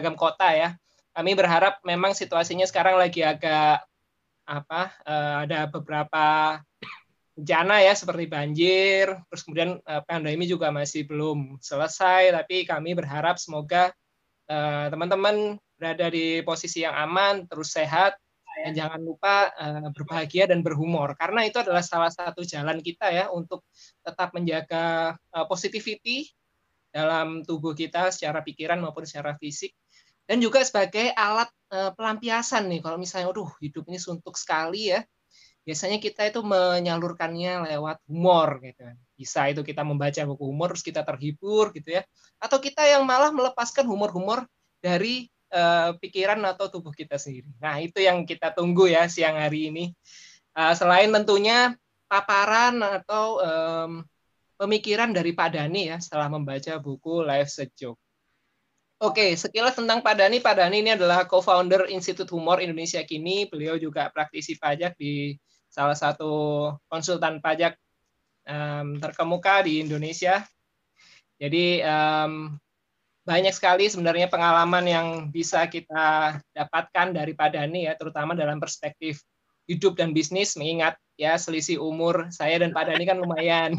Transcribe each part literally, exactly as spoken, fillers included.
beragam kota ya. Kami berharap memang situasinya sekarang lagi agak apa uh, ada beberapa bencana ya seperti banjir, terus kemudian uh, pandemi juga masih belum selesai, tapi kami berharap semoga uh, teman-teman berada di posisi yang aman, terus sehat, dan jangan lupa uh, berbahagia dan berhumor, karena itu adalah salah satu jalan kita ya untuk tetap menjaga uh, positivity dalam tubuh kita secara pikiran maupun secara fisik. Dan juga sebagai alat uh, pelampiasan nih, kalau misalnya, aduh hidup ini suntuk sekali ya, biasanya kita itu menyalurkannya lewat humor gitu. Bisa itu kita membaca buku humor terus kita terhibur gitu ya, atau kita yang malah melepaskan humor-humor dari uh, pikiran atau tubuh kita sendiri. Nah itu yang kita tunggu ya siang hari ini. Uh, selain tentunya paparan atau um, pemikiran dari Pak Dhani ya setelah membaca buku Life's a Joke. Oke, sekilas tentang Pak Dhani. Pak Dhani ini adalah co-founder Institut Humor Indonesia Kini. Beliau juga praktisi pajak di salah satu konsultan pajak um, terkemuka di Indonesia. Jadi um, banyak sekali sebenarnya pengalaman yang bisa kita dapatkan dari Pak Dhani ya, terutama dalam perspektif hidup dan bisnis, mengingat ya selisih umur saya dan Pak Dhani kan lumayan.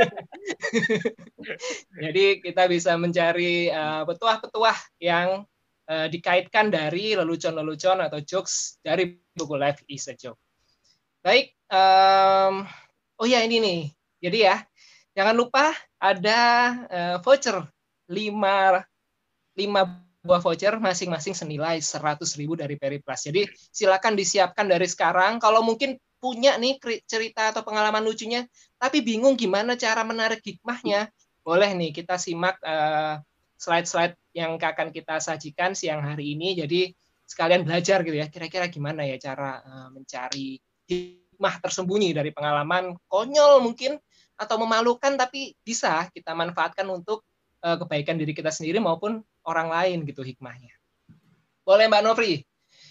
Jadi kita bisa mencari uh, petuah-petuah yang uh, dikaitkan dari lelucon-lelucon atau jokes dari buku Life is a Joke. Baik, um, oh ya ini nih. Jadi ya, jangan lupa ada uh, voucher lima buah voucher masing-masing senilai seratus ribu dari Periplus. Jadi silakan disiapkan dari sekarang. Kalau mungkin punya nih cerita atau pengalaman lucunya, tapi bingung gimana cara menarik hikmahnya, boleh nih kita simak uh, slide-slide yang akan kita sajikan siang hari ini. Jadi sekalian belajar gitu ya, kira-kira gimana ya cara uh, mencari hikmah tersembunyi dari pengalaman konyol mungkin atau memalukan, tapi bisa kita manfaatkan untuk uh, kebaikan diri kita sendiri maupun orang lain gitu hikmahnya. Boleh Mbak Novri?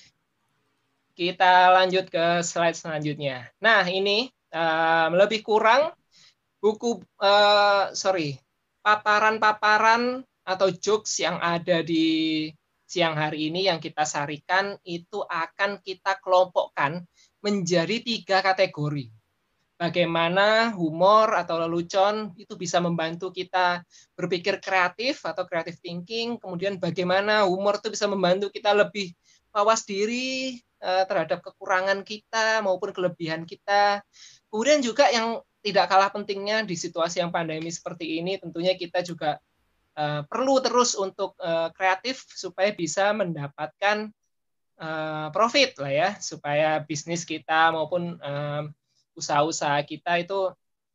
Kita lanjut ke slide selanjutnya. Nah ini um, lebih kurang buku, uh, sorry, paparan-paparan atau jokes yang ada di siang hari ini yang kita sarikan itu akan kita kelompokkan menjadi tiga kategori. Bagaimana humor atau lelucon itu bisa membantu kita berpikir kreatif atau creative thinking, kemudian bagaimana humor itu bisa membantu kita lebih mawas diri uh, terhadap kekurangan kita maupun kelebihan kita. Kemudian juga yang tidak kalah pentingnya di situasi yang pandemi seperti ini, tentunya kita juga uh, perlu terus untuk uh, kreatif supaya bisa mendapatkan uh, profit lah ya, supaya bisnis kita maupun um, usaha-usaha kita itu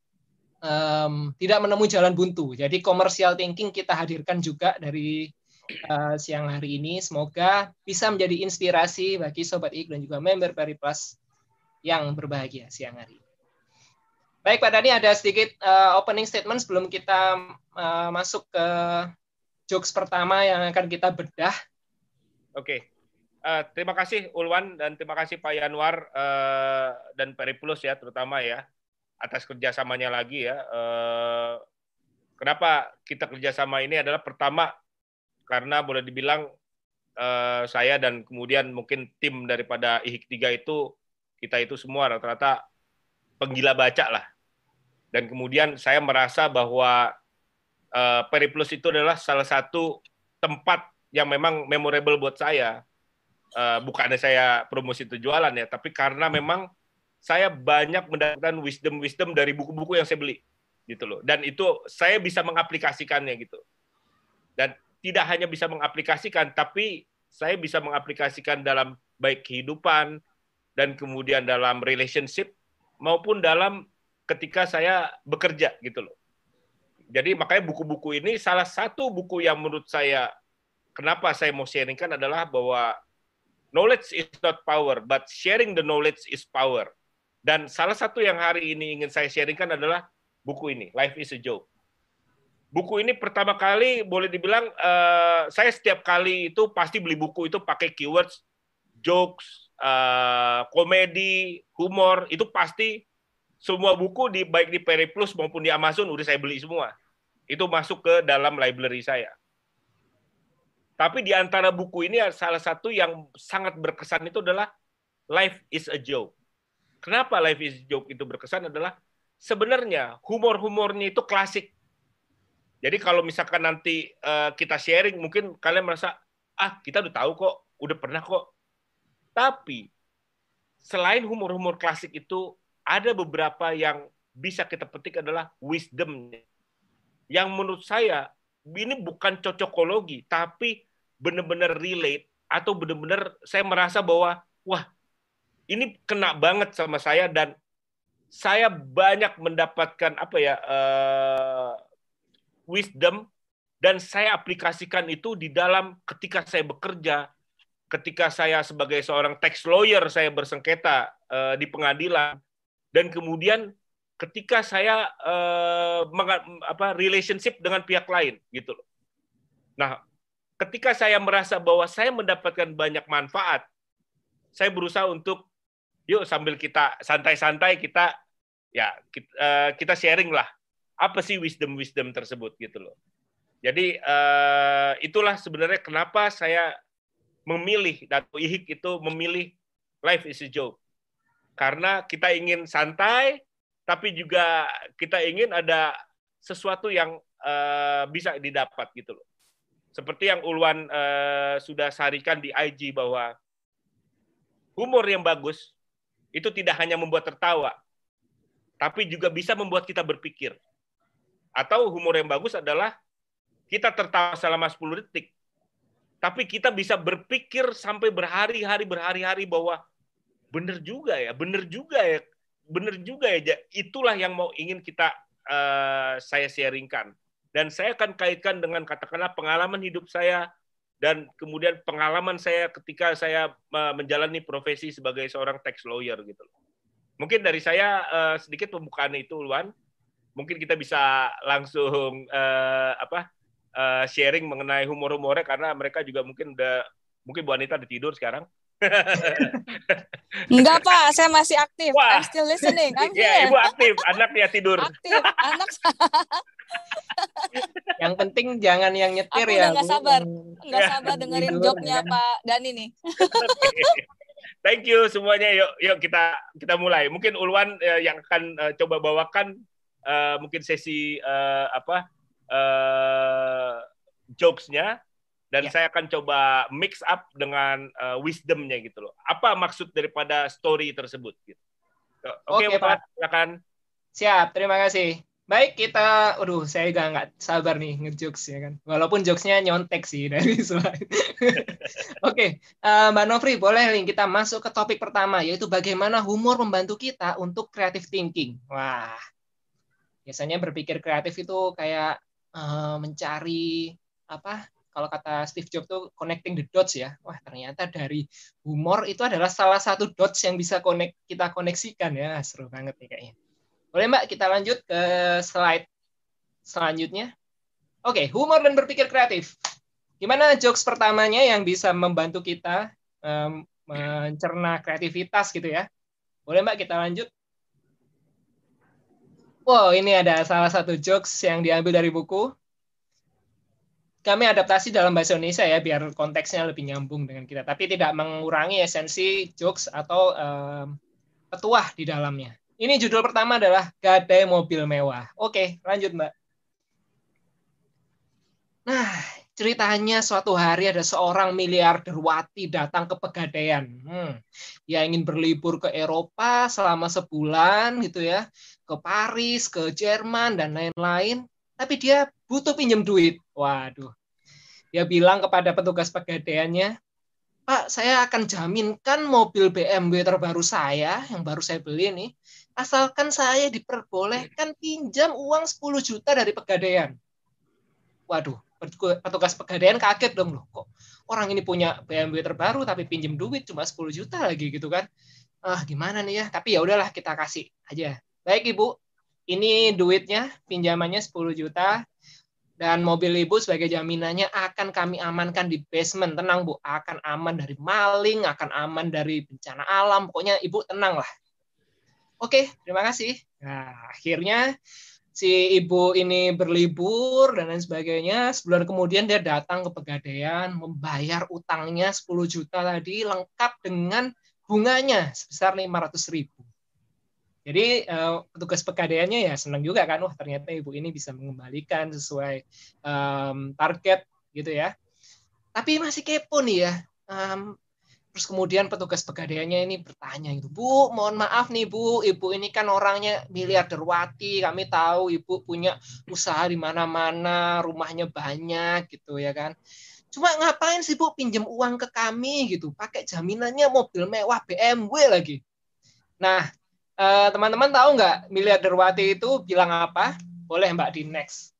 um, tidak menemui jalan buntu. Jadi commercial thinking kita hadirkan juga dari uh, siang hari ini. Semoga bisa menjadi inspirasi bagi Sobat I K dan juga member Periplus yang berbahagia siang hari ini. Baik Pak Dhani, ada sedikit uh, opening statement sebelum kita uh, masuk ke jokes pertama yang akan kita bedah. Oke, uh, terima kasih Ulwan dan terima kasih Pak Yanwar uh, dan Periplus ya terutama ya atas kerjasamanya lagi ya. Uh, kenapa kita kerjasama ini adalah pertama karena boleh dibilang uh, saya dan kemudian mungkin tim daripada I H I K tiga itu kita itu semua rata-rata penggila baca lah. Dan kemudian saya merasa bahwa uh, Periplus itu adalah salah satu tempat yang memang memorable buat saya. Uh, bukannya saya promosi itu jualan ya, tapi karena memang saya banyak mendapatkan wisdom-wisdom dari buku-buku yang saya beli. Gitu loh. Dan itu saya bisa mengaplikasikannya gitu. Dan tidak hanya bisa mengaplikasikan, tapi saya bisa mengaplikasikan dalam baik kehidupan, dan kemudian dalam relationship, maupun dalam ketika saya bekerja gitu loh. Jadi makanya buku-buku ini salah satu buku yang menurut saya kenapa saya mau sharingkan adalah bahwa knowledge is not power, but sharing the knowledge is power. Dan salah satu yang hari ini ingin saya sharingkan adalah buku ini, Life is a Joke. Buku ini pertama kali boleh dibilang uh, saya setiap kali itu pasti beli buku itu pakai keywords jokes, uh, komedi, humor, itu pasti semua buku di baik di Periplus maupun di Amazon udah saya beli semua. Itu masuk ke dalam library saya. Tapi di antara buku ini salah satu yang sangat berkesan itu adalah Life is a Joke. Kenapa Life is a Joke itu berkesan adalah sebenarnya humor-humornya itu klasik. Jadi kalau misalkan nanti uh, kita sharing, mungkin kalian merasa, ah kita udah tahu kok, udah pernah kok. Tapi selain humor-humor klasik itu, ada beberapa yang bisa kita petik adalah wisdom. Yang menurut saya, ini bukan cocokologi, tapi benar-benar relate, atau benar-benar saya merasa bahwa, wah, ini kena banget sama saya, dan saya banyak mendapatkan apa ya, uh, wisdom, dan saya aplikasikan itu di dalam ketika saya bekerja, ketika saya sebagai seorang tax lawyer, saya bersengketa uh, di pengadilan, dan kemudian ketika saya uh, meng- apa, relationship dengan pihak lain, gitu loh. Nah, ketika saya merasa bahwa saya mendapatkan banyak manfaat, saya berusaha untuk, yuk sambil kita santai-santai, kita ya kita, uh, kita sharing lah, apa sih wisdom-wisdom tersebut, gitu loh. Jadi uh, itulah sebenarnya kenapa saya memilih, dan I H I K itu memilih Life is a Joke. Karena kita ingin santai, tapi juga kita ingin ada sesuatu yang uh, bisa didapat, gitu loh. Seperti yang Ulwan uh, sudah sarikan di I G, bahwa humor yang bagus itu tidak hanya membuat tertawa, tapi juga bisa membuat kita berpikir. Atau humor yang bagus adalah kita tertawa selama sepuluh detik, tapi kita bisa berpikir sampai berhari-hari, berhari-hari bahwa benar juga ya, benar juga ya, benar juga ya. Itulah yang mau ingin kita uh, saya sharingkan. Dan saya akan kaitkan dengan katakanlah pengalaman hidup saya, dan kemudian pengalaman saya ketika saya uh, menjalani profesi sebagai seorang tax lawyer, gitu. Mungkin dari saya uh, sedikit pembukaan itu, Ulwan. Mungkin kita bisa langsung uh, apa uh, sharing mengenai humor-humornya, karena mereka juga mungkin udah, mungkin Bu Anita udah tidur sekarang. Enggak, Pak, saya masih aktif. Wah. I'm still listening. I'm ya, here. Ibu aktif, anak ya tidur. Aktif, anak. Yang penting jangan yang nyetir Aku ya. udah nggak sabar, nggak Ya. sabar dengerin Tidur, joke-nya kan? Pak Dani nih. Okay. Thank you semuanya. Yuk, yuk kita kita mulai. Mungkin Ulwan uh, yang akan uh, coba bawakan uh, mungkin sesi uh, apa uh, jokes-nya, dan yeah. saya akan coba mix up dengan uh, wisdom-nya, gitu loh. Apa maksud daripada story tersebut? Gitu. Oke, okay, Pak. Silakan. Siap. Terima kasih. Baik, kita, aduh, saya juga nggak sabar nih ngejokes ya kan. Walaupun jokesnya nyontek sih dari slide. Oke, okay. uh, Mbak Novri, boleh nih kita masuk ke topik pertama, yaitu bagaimana humor membantu kita untuk creative thinking. Wah, biasanya berpikir kreatif itu kayak uh, mencari apa? Kalau kata Steve Jobs tuh connecting the dots ya. Wah, ternyata dari humor itu adalah salah satu dots yang bisa connect, kita koneksikan ya. Seru banget nih kayaknya. Boleh Mbak, kita lanjut ke slide selanjutnya. Oke, humor dan berpikir kreatif. Gimana jokes pertamanya yang bisa membantu kita um, mencerna kreativitas gitu ya. Boleh Mbak, kita lanjut. Wow, ini ada salah satu jokes yang diambil dari buku. Kami adaptasi dalam bahasa Indonesia ya, biar konteksnya lebih nyambung dengan kita. Tapi tidak mengurangi esensi jokes atau um, petuah di dalamnya. Ini judul pertama adalah Gadai Mobil Mewah. Oke, lanjut Mbak. Nah, ceritanya suatu hari ada seorang miliarderwati datang ke Pegadaian. Hmm, dia ingin berlibur ke Eropa selama sebulan gitu ya, ke Paris, ke Jerman dan lain-lain. Tapi dia butuh pinjam duit. Waduh. Dia bilang kepada petugas Pegadaiannya, Pak, saya akan jaminkan mobil B M W terbaru saya yang baru saya beli nih, asalkan saya diperbolehkan pinjam uang sepuluh juta dari Pegadaian. Waduh, petugas Pegadaian kaget dong loh, kok orang ini punya B M W terbaru tapi pinjam duit cuma sepuluh juta lagi gitu kan. Ah, gimana nih ya? Tapi ya udahlah, kita kasih aja. Baik Ibu, ini duitnya, pinjamannya sepuluh juta. Dan mobil Ibu sebagai jaminannya akan kami amankan di basement. Tenang Bu, akan aman dari maling, akan aman dari bencana alam. Pokoknya Ibu tenang lah. Oke, terima kasih. Nah, akhirnya si ibu ini berlibur dan lain sebagainya. Sebulan kemudian dia datang ke Pegadaian, membayar utangnya sepuluh juta tadi, lengkap dengan bunganya sebesar lima ratus ribu. Jadi uh, petugas Pegadaiannya ya senang juga kan, wah ternyata ibu ini bisa mengembalikan sesuai um, target gitu ya. Tapi masih kepo nih ya. Um, Terus kemudian petugas Pegadaiannya ini bertanya gitu, Bu, mohon maaf nih Bu, Ibu ini kan orangnya miliarderwati, kami tahu Ibu punya usaha di mana-mana, rumahnya banyak gitu ya kan. Cuma ngapain sih Bu pinjam uang ke kami gitu, pakai jaminannya mobil mewah B M W lagi. Nah, teman-teman tahu nggak miliarderwati itu bilang apa? Boleh Mbak di next.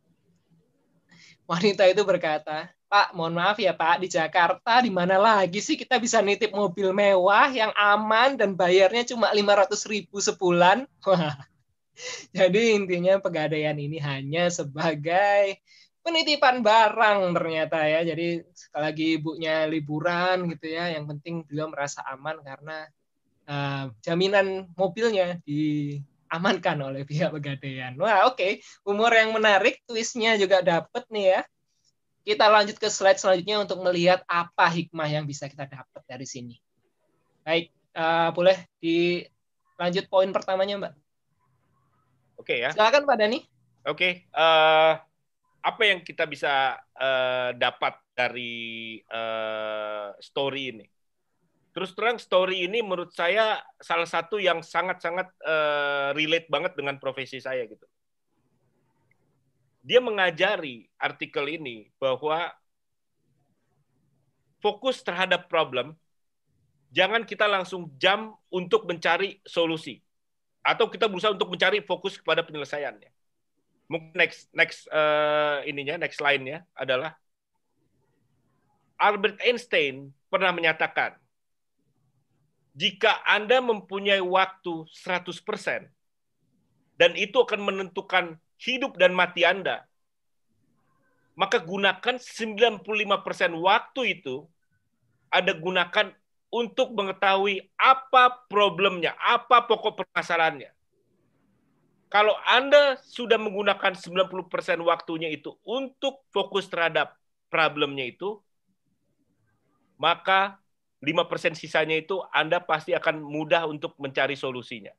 Wanita itu berkata, Pak, mohon maaf ya Pak, di Jakarta di mana lagi sih kita bisa nitip mobil mewah yang aman dan bayarnya cuma lima ratus ribu sebulan? Wah. Jadi intinya Pegadaian ini hanya sebagai penitipan barang ternyata ya. Jadi sekali lagi ibunya liburan gitu ya, yang penting beliau merasa aman karena uh, jaminan mobilnya diamankan oleh pihak Pegadaian. Wah, oke, okay. Humor yang menarik, twistnya juga dapet nih ya. Kita lanjut ke slide selanjutnya untuk melihat apa hikmah yang bisa kita dapat dari sini. Baik, uh, boleh dilanjut poin pertamanya, Mbak. Oke ya. Silakan Pak Dani. Oke, uh, apa yang kita bisa uh, dapat dari uh, story ini? Terus terang story ini menurut saya salah satu yang sangat-sangat uh, relate banget dengan profesi saya gitu. Dia mengajari artikel ini bahwa fokus terhadap problem, jangan kita langsung jump untuk mencari solusi. Atau kita berusaha untuk mencari fokus kepada penyelesaiannya. Mungkin next next uh, ininya, next line-nya adalah Albert Einstein pernah menyatakan, jika Anda mempunyai waktu seratus persen, dan itu akan menentukan hidup dan mati Anda, maka gunakan sembilan puluh lima persen waktu itu Anda gunakan untuk mengetahui apa problemnya, apa pokok permasalahannya. Kalau Anda sudah menggunakan sembilan puluh persen waktunya itu untuk fokus terhadap problemnya itu, maka lima persen sisanya itu Anda pasti akan mudah untuk mencari solusinya.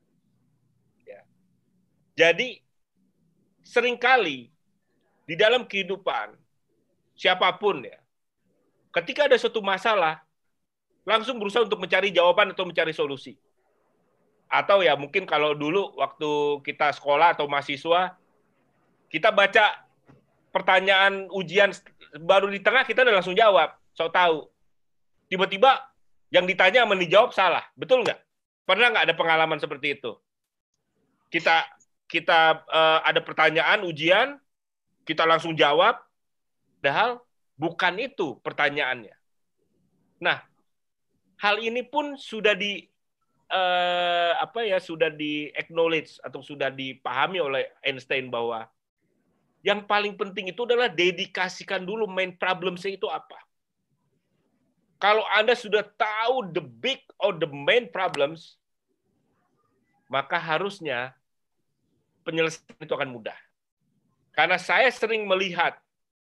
Ya. Jadi, seringkali di dalam kehidupan, siapapun ya, ketika ada suatu masalah, langsung berusaha untuk mencari jawaban atau mencari solusi. Atau ya mungkin kalau dulu waktu kita sekolah atau mahasiswa, kita baca pertanyaan ujian baru di tengah, kita udah langsung jawab, so tahu. Tiba-tiba yang ditanya sama dijawab salah, betul nggak? Pernah nggak ada pengalaman seperti itu? Kita kita uh, ada pertanyaan ujian, kita langsung jawab, padahal bukan itu pertanyaannya. Nah, hal ini pun sudah di uh, apa ya sudah di acknowledge atau sudah dipahami oleh Einstein bahwa yang paling penting itu adalah dedikasikan dulu main problem-nya itu apa. Kalau Anda sudah tahu the big or the main problems, maka harusnya penyelesaian itu akan mudah. Karena saya sering melihat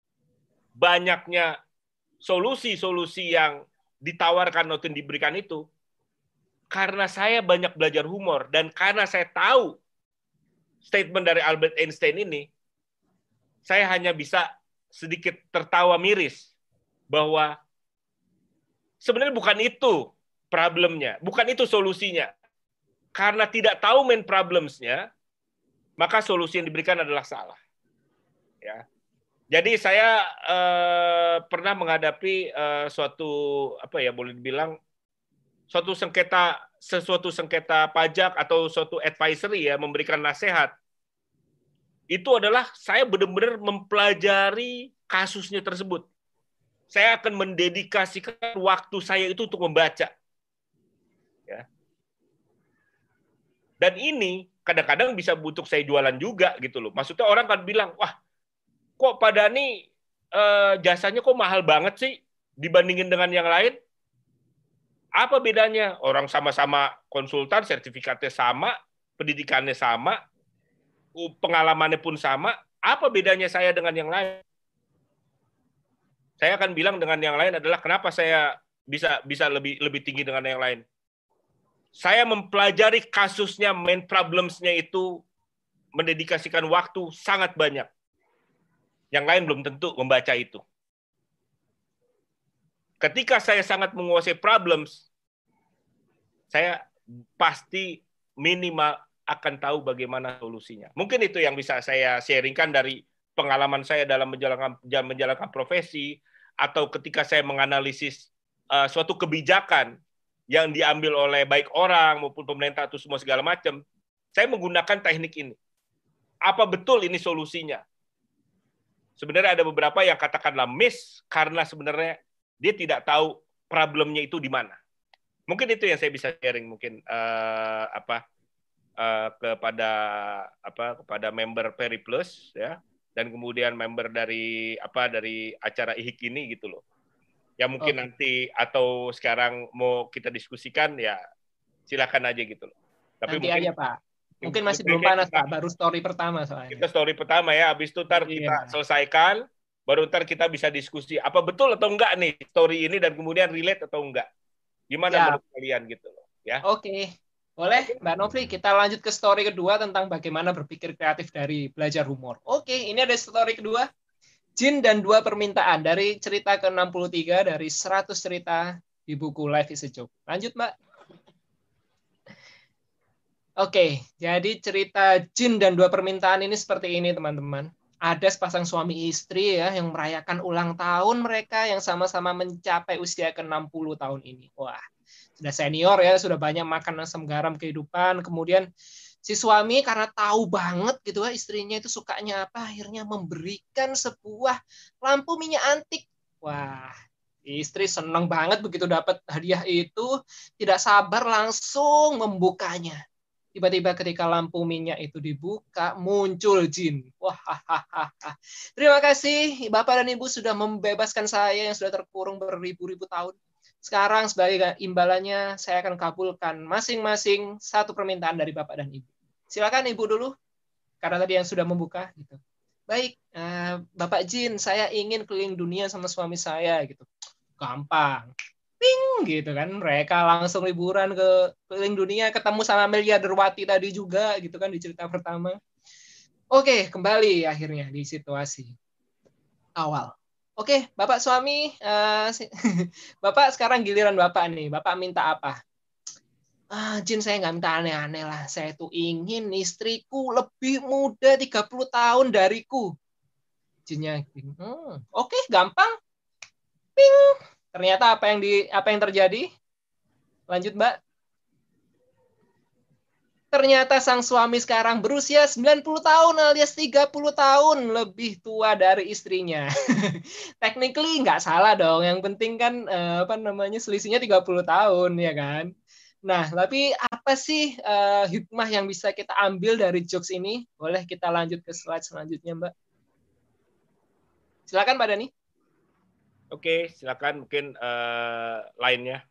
banyaknya solusi-solusi yang ditawarkan atau diberikan itu, karena saya banyak belajar humor, dan karena saya tahu statement dari Albert Einstein ini, saya hanya bisa sedikit tertawa miris bahwa sebenarnya bukan itu problemnya, bukan itu solusinya. Karena tidak tahu main problems-nya, maka solusi yang diberikan adalah salah. Ya. Jadi saya eh, pernah menghadapi eh, suatu apa ya boleh dibilang suatu sengketa sesuatu sengketa pajak atau suatu advisory ya, memberikan nasihat. Itu adalah saya benar-benar mempelajari kasusnya tersebut. Saya akan mendedikasikan waktu saya itu untuk membaca. Ya. Dan ini kadang-kadang bisa butuh saya jualan juga gitu loh. Maksudnya orang kan bilang, wah, kok Pak Dani eh, jasanya kok mahal banget sih dibandingin dengan yang lain? Apa bedanya? Orang sama-sama konsultan, sertifikatnya sama, pendidikannya sama, pengalamannya pun sama, apa bedanya saya dengan yang lain? Saya akan bilang dengan yang lain adalah kenapa saya bisa bisa lebih lebih tinggi dengan yang lain. Saya mempelajari kasusnya, main problems-nya itu mendedikasikan waktu sangat banyak. Yang lain belum tentu membaca itu. Ketika saya sangat menguasai problems, saya pasti minimal akan tahu bagaimana solusinya. Mungkin itu yang bisa saya sharingkan dari pengalaman saya dalam menjalankan menjalankan profesi, atau ketika saya menganalisis uh, suatu kebijakan yang diambil oleh baik orang maupun pemerintah atau semua segala macam, saya menggunakan teknik ini. Apa betul ini solusinya? Sebenarnya ada beberapa yang katakanlah miss karena sebenarnya dia tidak tahu problemnya itu di mana. Mungkin itu yang saya bisa sharing mungkin uh, apa uh, kepada apa kepada member Periplus ya, dan kemudian member dari apa dari acara I H I K ini gitu loh. Ya mungkin okay. nanti atau sekarang mau kita diskusikan ya silakan aja gitu loh. Tapi nanti mungkin, aja Pak. Mungkin masih belum panas kita, Pak, baru story pertama soalnya. Kita story pertama ya, habis itu ntar iya. kita selesaikan, baru ntar kita bisa diskusi apa betul atau enggak nih story ini dan kemudian relate atau enggak. Gimana ya. menurut kalian gitu loh ya. Oke. Okay. Boleh, Mbak Novri, kita lanjut ke story kedua tentang bagaimana berpikir kreatif dari belajar humor. Oke, ini ada story kedua. Jin dan dua permintaan dari cerita ke enam puluh tiga dari seratus cerita di buku Life is a Joke. Lanjut, Mbak. Oke, jadi cerita Jin dan dua permintaan ini seperti ini, teman-teman. Ada sepasang suami istri ya yang merayakan ulang tahun mereka yang sama-sama mencapai usia ke enam puluh tahun ini. Wah, sudah senior ya, sudah banyak makan asam garam kehidupan. Kemudian si suami karena tahu banget gitu ya istrinya itu sukanya apa, akhirnya memberikan sebuah lampu minyak antik. Wah, istri senang banget begitu dapat hadiah itu, tidak sabar langsung membukanya. Tiba-tiba ketika lampu minyak itu dibuka, muncul jin. Wah, terima kasih Bapak dan Ibu sudah membebaskan saya yang sudah terkurung beribu-ribu tahun. Sekarang sebagai imbalannya saya akan kabulkan masing-masing satu permintaan dari Bapak dan Ibu. Silakan Ibu dulu, karena tadi yang sudah membuka. Gitu. Baik, uh, Bapak Jin, saya ingin keliling dunia sama suami saya. Gitu. Gampang. Ping, gitu kan. Mereka langsung liburan ke keliling dunia, ketemu sama miliarderwati tadi juga, gitu kan, di cerita pertama. Oke, kembali akhirnya di situasi awal. Oke, Bapak suami, uh, Bapak sekarang giliran Bapak nih. Bapak minta apa? Ah, Jin, saya nggak minta aneh-aneh lah. Saya tuh ingin istriku lebih muda tiga puluh tahun dariku. Jinnya, hmm, oke, gampang. Ping. Ternyata apa yang di apa yang terjadi? Lanjut, Mbak. Ternyata sang suami sekarang berusia sembilan puluh tahun alias tiga puluh tahun lebih tua dari istrinya. Technically nggak salah dong. Yang penting kan apa namanya selisihnya tiga puluh tahun ya kan. Nah, tapi apa sih uh, hikmah yang bisa kita ambil dari jokes ini? Boleh kita lanjut ke slide selanjutnya, Mbak. Silakan, Pak Dani. Oke, silakan mungkin uh, lainnya.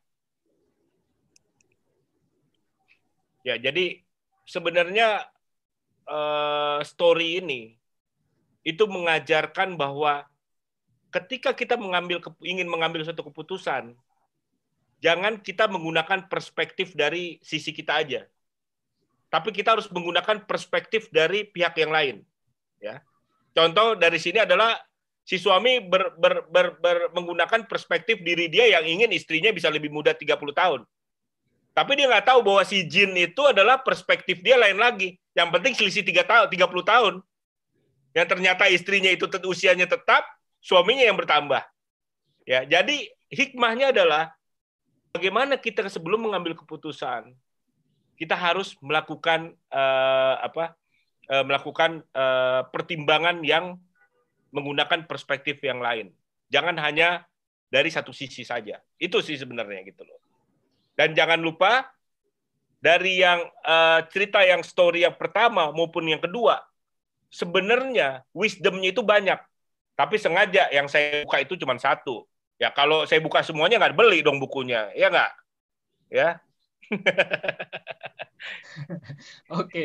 Ya, jadi sebenarnya uh, story ini itu mengajarkan bahwa ketika kita mengambil ingin mengambil suatu keputusan, jangan kita menggunakan perspektif dari sisi kita aja, tapi kita harus menggunakan perspektif dari pihak yang lain. Ya, contoh dari sini adalah si suami ber, ber, ber, ber, menggunakan perspektif diri dia yang ingin istrinya bisa lebih muda tiga puluh tahun. Tapi dia nggak tahu bahwa si jin itu adalah perspektif dia lain lagi. Yang penting selisih tiga puluh tahun. Yang ternyata istrinya itu usianya tetap, suaminya yang bertambah. Ya, jadi hikmahnya adalah bagaimana kita sebelum mengambil keputusan, kita harus melakukan uh, apa? Uh, melakukan uh, pertimbangan yang menggunakan perspektif yang lain. Jangan hanya dari satu sisi saja. Itu sih sebenarnya gitu loh. Dan jangan lupa dari yang uh, cerita yang story yang pertama maupun yang kedua, sebenarnya wisdom-nya itu banyak. Tapi sengaja yang saya buka itu cuma satu. Ya kalau saya buka semuanya nggak beli dong bukunya, ya nggak? Ya. Oke.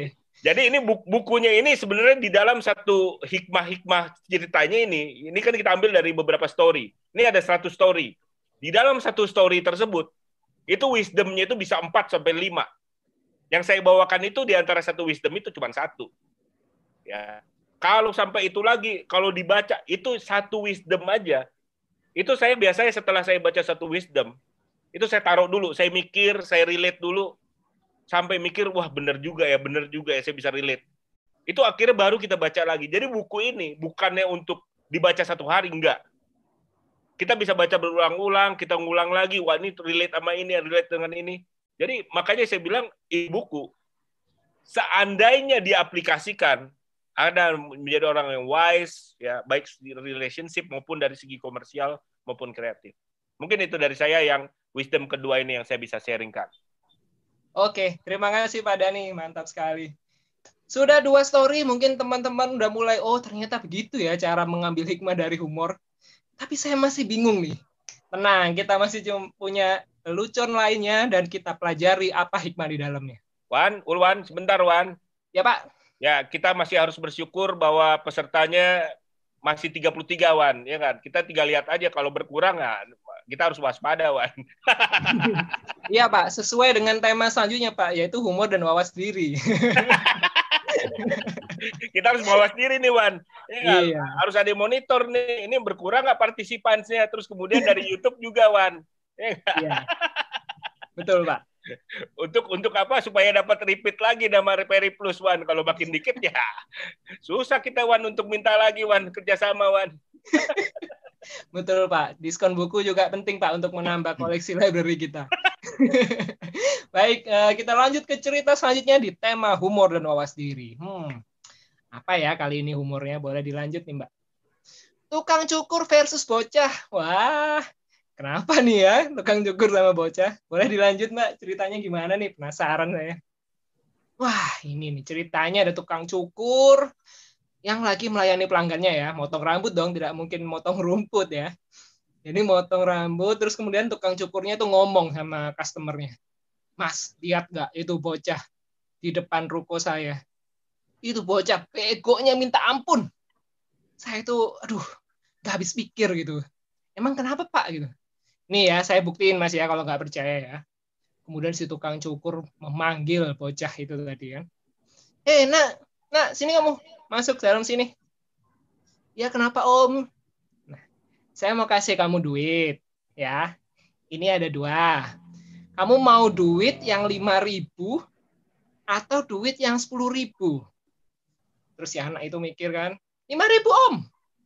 Jadi ini buku, bukunya ini sebenarnya di dalam satu hikmah-hikmah ceritanya ini, ini kan kita ambil dari beberapa story. Ini ada seratus story. Di dalam satu story tersebut, itu wisdomnya itu bisa empat sampai lima. Yang saya bawakan itu di antara satu wisdom itu cuma satu. Ya. Kalau sampai itu lagi, kalau dibaca, itu satu wisdom aja. Itu saya biasanya setelah saya baca satu wisdom, itu saya taruh dulu, saya mikir, saya relate dulu, sampai mikir, wah benar juga ya, benar juga ya, saya bisa relate. Itu akhirnya baru kita baca lagi. Jadi buku ini bukannya untuk dibaca satu hari, enggak. Kita bisa baca berulang-ulang, kita ngulang lagi, wah ini relate sama ini, relate dengan ini. Jadi makanya saya bilang, ini buku, seandainya diaplikasikan, Anda menjadi orang yang wise, ya baik di relationship maupun dari segi komersial maupun kreatif. Mungkin itu dari saya yang wisdom kedua ini yang saya bisa sharingkan. Oke, terima kasih Pak Dani, mantap sekali. Sudah dua story, mungkin teman-teman udah mulai, oh ternyata begitu ya cara mengambil hikmah dari humor. Tapi saya masih bingung nih. Tenang, kita masih cuma punya lelucon lainnya dan kita pelajari apa hikmah di dalamnya. Wan, Ulwan, sebentar Wan. Ya Pak. Ya, kita masih harus bersyukur bahwa pesertanya masih tiga puluh tiga, Wan. Ya kan? Kita tinggal lihat aja kalau berkurang, nah, kita harus waspada, Wan. Iya Pak, sesuai dengan tema selanjutnya Pak, yaitu humor dan wawas diri. Kita harus mawas diri nih, Wan. Ya kan? Iya. Harus ada monitor nih. Ini berkurang nggak partisipannya? Terus kemudian dari YouTube juga, Wan. Ya kan? Iya. Betul Pak. Untuk untuk apa? Supaya dapat repeat lagi nama Peri Plus, Wan. Kalau makin dikit ya susah kita, Wan, untuk minta lagi, Wan, kerjasama, Wan. Betul Pak, diskon buku juga penting Pak untuk menambah koleksi library kita. Baik, kita lanjut ke cerita selanjutnya di tema humor dan wawas diri. Hmm, apa ya kali ini humornya? Boleh dilanjut nih Mbak. Tukang cukur versus bocah. Wah, kenapa nih ya tukang cukur sama bocah? Boleh dilanjut Mbak, ceritanya gimana nih? Penasaran saya. Wah, ini nih ceritanya ada tukang cukur yang lagi melayani pelanggannya ya, motong rambut dong, tidak mungkin motong rumput ya. Jadi motong rambut, terus kemudian tukang cukurnya tuh ngomong sama customernya, Mas, lihat nggak itu bocah di depan ruko saya? Itu bocah begonya minta ampun. Saya tuh, aduh, nggak habis pikir gitu. Emang kenapa Pak gitu? Nih ya, saya buktiin Mas ya kalau nggak percaya ya. Kemudian si tukang cukur memanggil bocah itu tadi kan. Eh, nak, nak, sini kamu. Masuk dalam sini. Ya kenapa Om? Nah, saya mau kasih kamu duit. Ya, ini ada dua. Kamu mau duit yang lima ribu atau duit yang sepuluh ribu? Terus ya anak itu mikir kan, lima ribu Om.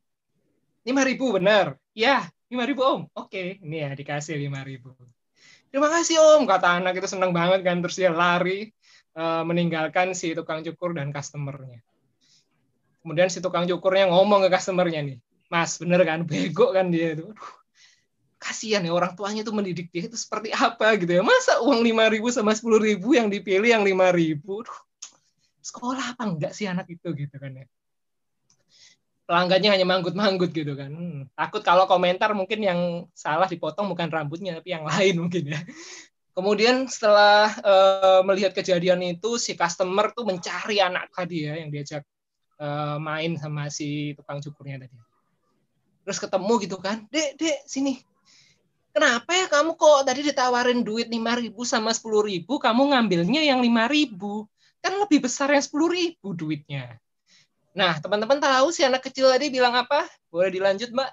lima ribu benar. Ya, lima ribu Om. Oke, ini ya dikasih lima ribu. Terima kasih Om, kata anak itu senang banget kan. Terus dia lari uh, meninggalkan si tukang cukur dan customernya. Kemudian si tukang cukurnya ngomong ke customernya nih, Mas, bener kan, bego kan dia itu. Aduh, kasihan ya orang tuanya itu mendidik dia itu seperti apa gitu ya. Masa uang lima ribu sama sepuluh ribu yang dipilih yang lima ribu? Aduh, sekolah apa enggak sih anak itu gitu kan ya. Pelanggannya hanya manggut-manggut gitu kan. Hmm, takut kalau komentar mungkin yang salah dipotong bukan rambutnya tapi yang lain mungkin ya. Kemudian setelah uh, melihat kejadian itu, si customer tuh mencari anak tadi ya yang diajak main sama si tukang cukurnya tadi. Terus ketemu gitu kan, dek, dek, sini. Kenapa ya kamu kok tadi ditawarin duit lima ribu sama sepuluh ribu, kamu ngambilnya yang lima ribu? Kan lebih besar yang sepuluh ribu duitnya. Nah, teman-teman tahu si anak kecil tadi bilang apa? Boleh dilanjut, Mbak?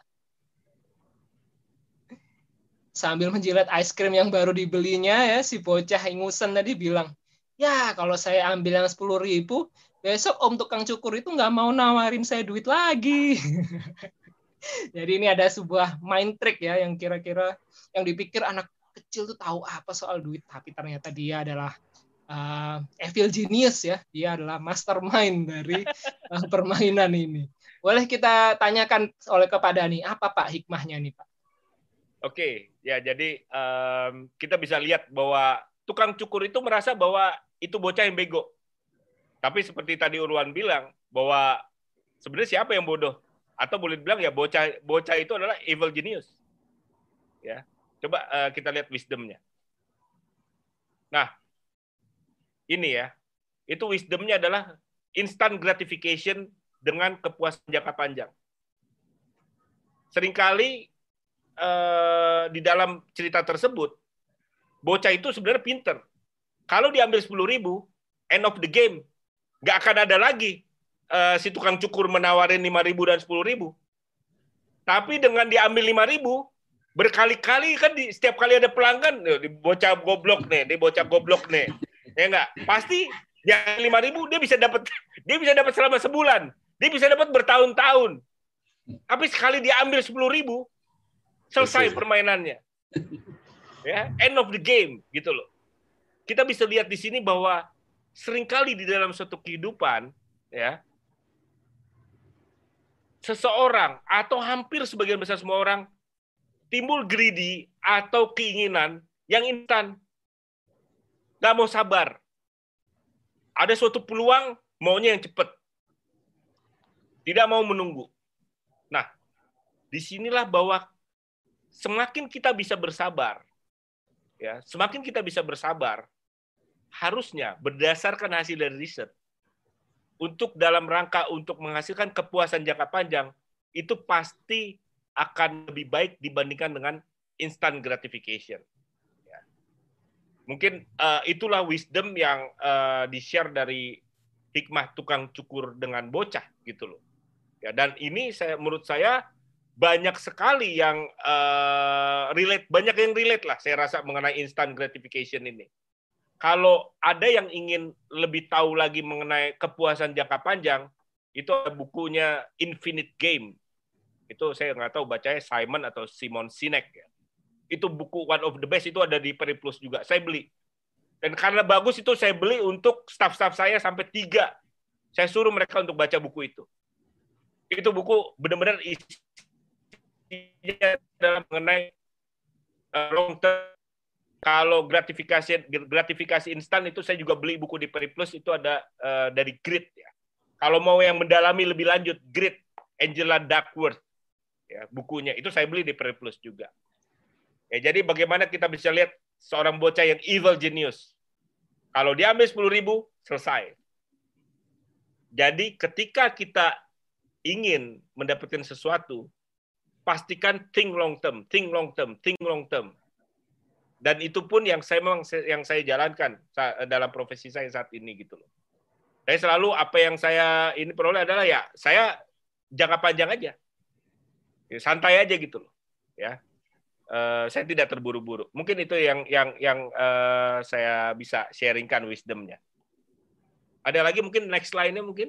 Sambil menjilat es krim yang baru dibelinya, ya si bocah ingusan tadi bilang, ya kalau saya ambil yang sepuluh ribu, besok om tukang cukur itu nggak mau nawarin saya duit lagi. Jadi ini ada sebuah mind trick ya yang kira-kira yang dipikir anak kecil tuh tahu apa soal duit, tapi ternyata dia adalah uh, evil genius ya. Dia adalah mastermind dari uh, permainan ini. Boleh kita tanyakan oleh kepada nih, apa Pak hikmahnya nih Pak? Oke, ya jadi um, kita bisa lihat bahwa tukang cukur itu merasa bahwa itu bocah yang bego. Tapi seperti tadi Ulwan bilang bahwa sebenarnya siapa yang bodoh? Atau boleh bilang ya bocah bocah itu adalah evil genius. Ya, coba uh, kita lihat wisdomnya. Nah, ini ya, itu wisdomnya adalah instant gratification dengan kepuasan jangka panjang. Seringkali eh, di dalam cerita tersebut, bocah itu sebenarnya pinter. Kalau diambil sepuluh ribu, end of the game, nggak akan ada lagi eh, si tukang cukur menawarin lima ribu dan sepuluh ribu. Tapi dengan diambil lima ribu, berkali-kali kan di, setiap kali ada pelanggan, di bocah goblok nih, di bocah goblok nih. Ya enggak? Pasti yang lima ribu dia bisa dapat dia bisa dapat selama sebulan. Dia bisa dapat bertahun-tahun. Tapi sekali dia ambil sepuluh ribu, selesai permainannya. Ya, end of the game gitu loh. Kita bisa lihat di sini bahwa seringkali di dalam suatu kehidupan, ya, seseorang atau hampir sebagian besar semua orang timbul greedy atau keinginan yang instan. Nggak mau sabar. Ada suatu peluang, maunya yang cepat. Tidak mau menunggu. Nah, disinilah bahwa semakin kita bisa bersabar, ya, semakin kita bisa bersabar, harusnya berdasarkan hasil dari riset, untuk dalam rangka untuk menghasilkan kepuasan jangka panjang, itu pasti akan lebih baik dibandingkan dengan instant gratification. Ya. Mungkin uh, itulah wisdom yang uh, di-share dari hikmah tukang cukur dengan bocah gitu loh. Ya, dan ini saya menurut saya banyak sekali yang uh, relate, banyak yang relate lah saya rasa mengenai instant gratification ini. Kalau ada yang ingin lebih tahu lagi mengenai kepuasan jangka panjang, itu ada bukunya Infinite Game. Itu saya nggak tahu bacanya Simon atau Simon Sinek. Ya. Itu buku one of the best, itu ada di Periplus juga. Saya beli. Dan karena bagus itu saya beli untuk staff-staff saya sampai tiga. Saya suruh mereka untuk baca buku itu. Itu buku benar-benar isinya dalam mengenai uh, long term. Kalau gratifikasi gratifikasi instan itu saya juga beli buku di Periplus, itu ada uh, dari Grit ya. Kalau mau yang mendalami lebih lanjut, Grit, Angela Duckworth ya, bukunya itu saya beli di Periplus juga. Ya, jadi bagaimana kita bisa lihat seorang bocah yang evil genius. Kalau diambil sepuluh ribu, selesai. Jadi ketika kita ingin mendapatkan sesuatu, pastikan think long term, think long term, think long term. Dan itu pun yang saya memang yang saya jalankan dalam profesi saya saat ini gitu loh. Saya selalu apa yang saya ini peroleh adalah ya saya jangka panjang aja, ya, santai aja gitu loh. Ya, uh, saya tidak terburu-buru. Mungkin itu yang yang yang uh, saya bisa sharingkan wisdomnya. Ada lagi mungkin next line-nya mungkin.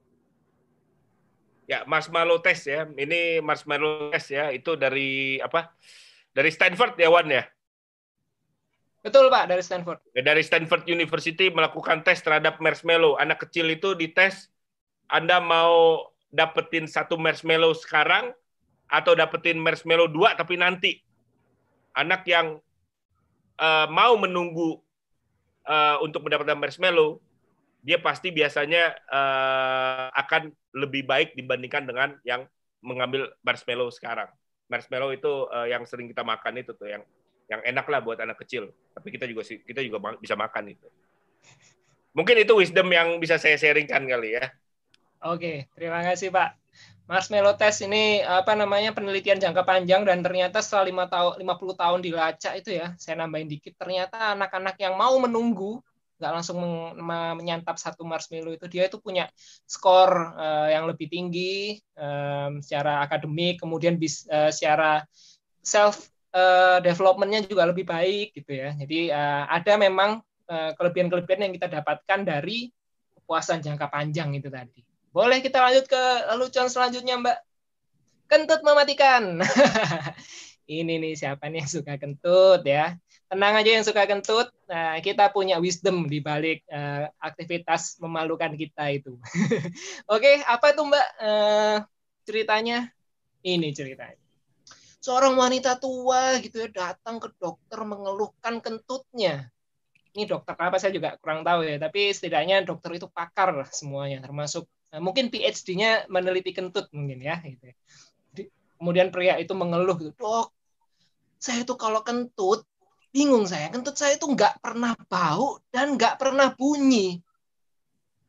Ya, marshmallow test ya. Ini marshmallow test ya. Itu dari apa? Dari Stanford ya, Wan ya. Betul Pak, dari Stanford. Dari Stanford University melakukan tes terhadap marshmallow. Anak kecil itu dites, Anda mau dapetin satu marshmallow sekarang atau dapetin marshmallow dua tapi nanti. Anak yang uh, mau menunggu uh, untuk mendapatkan marshmallow, dia pasti biasanya uh, akan lebih baik dibandingkan dengan yang mengambil marshmallow sekarang. Marshmallow itu uh, yang sering kita makan itu tuh, yang yang enak lah buat anak kecil, tapi kita juga kita juga bisa makan itu. Mungkin itu wisdom yang bisa saya sharingkan kali ya. Oke, terima kasih Pak. Marshmallow test ini apa namanya penelitian jangka panjang, dan ternyata setelah lima tahun lima puluh tahun dilacak itu ya, saya nambahin dikit, ternyata anak-anak yang mau menunggu nggak langsung menyantap satu marshmallow itu, dia itu punya skor uh, yang lebih tinggi um, secara akademik, kemudian bis, uh, secara self Uh, development-nya juga lebih baik gitu ya. Jadi uh, ada memang uh, kelebihan-kelebihan yang kita dapatkan dari kepuasan jangka panjang itu tadi. Boleh kita lanjut ke lelucon selanjutnya, Mbak. Kentut mematikan. Ini nih siapa nih yang suka kentut ya. Tenang aja yang suka kentut. Nah, kita punya wisdom di balik uh, aktivitas memalukan kita itu. Oke, apa tuh Mbak uh, ceritanya? Ini ceritanya. Seorang wanita tua gitu ya datang ke dokter mengeluhkan kentutnya. Ini dokter apa saya juga kurang tahu ya, tapi setidaknya dokter itu pakar semuanya, termasuk mungkin P H D-nya meneliti kentut mungkin ya. Gitu. Kemudian pria itu mengeluh gitu, dok, saya itu kalau kentut bingung saya, kentut saya itu nggak pernah bau dan nggak pernah bunyi.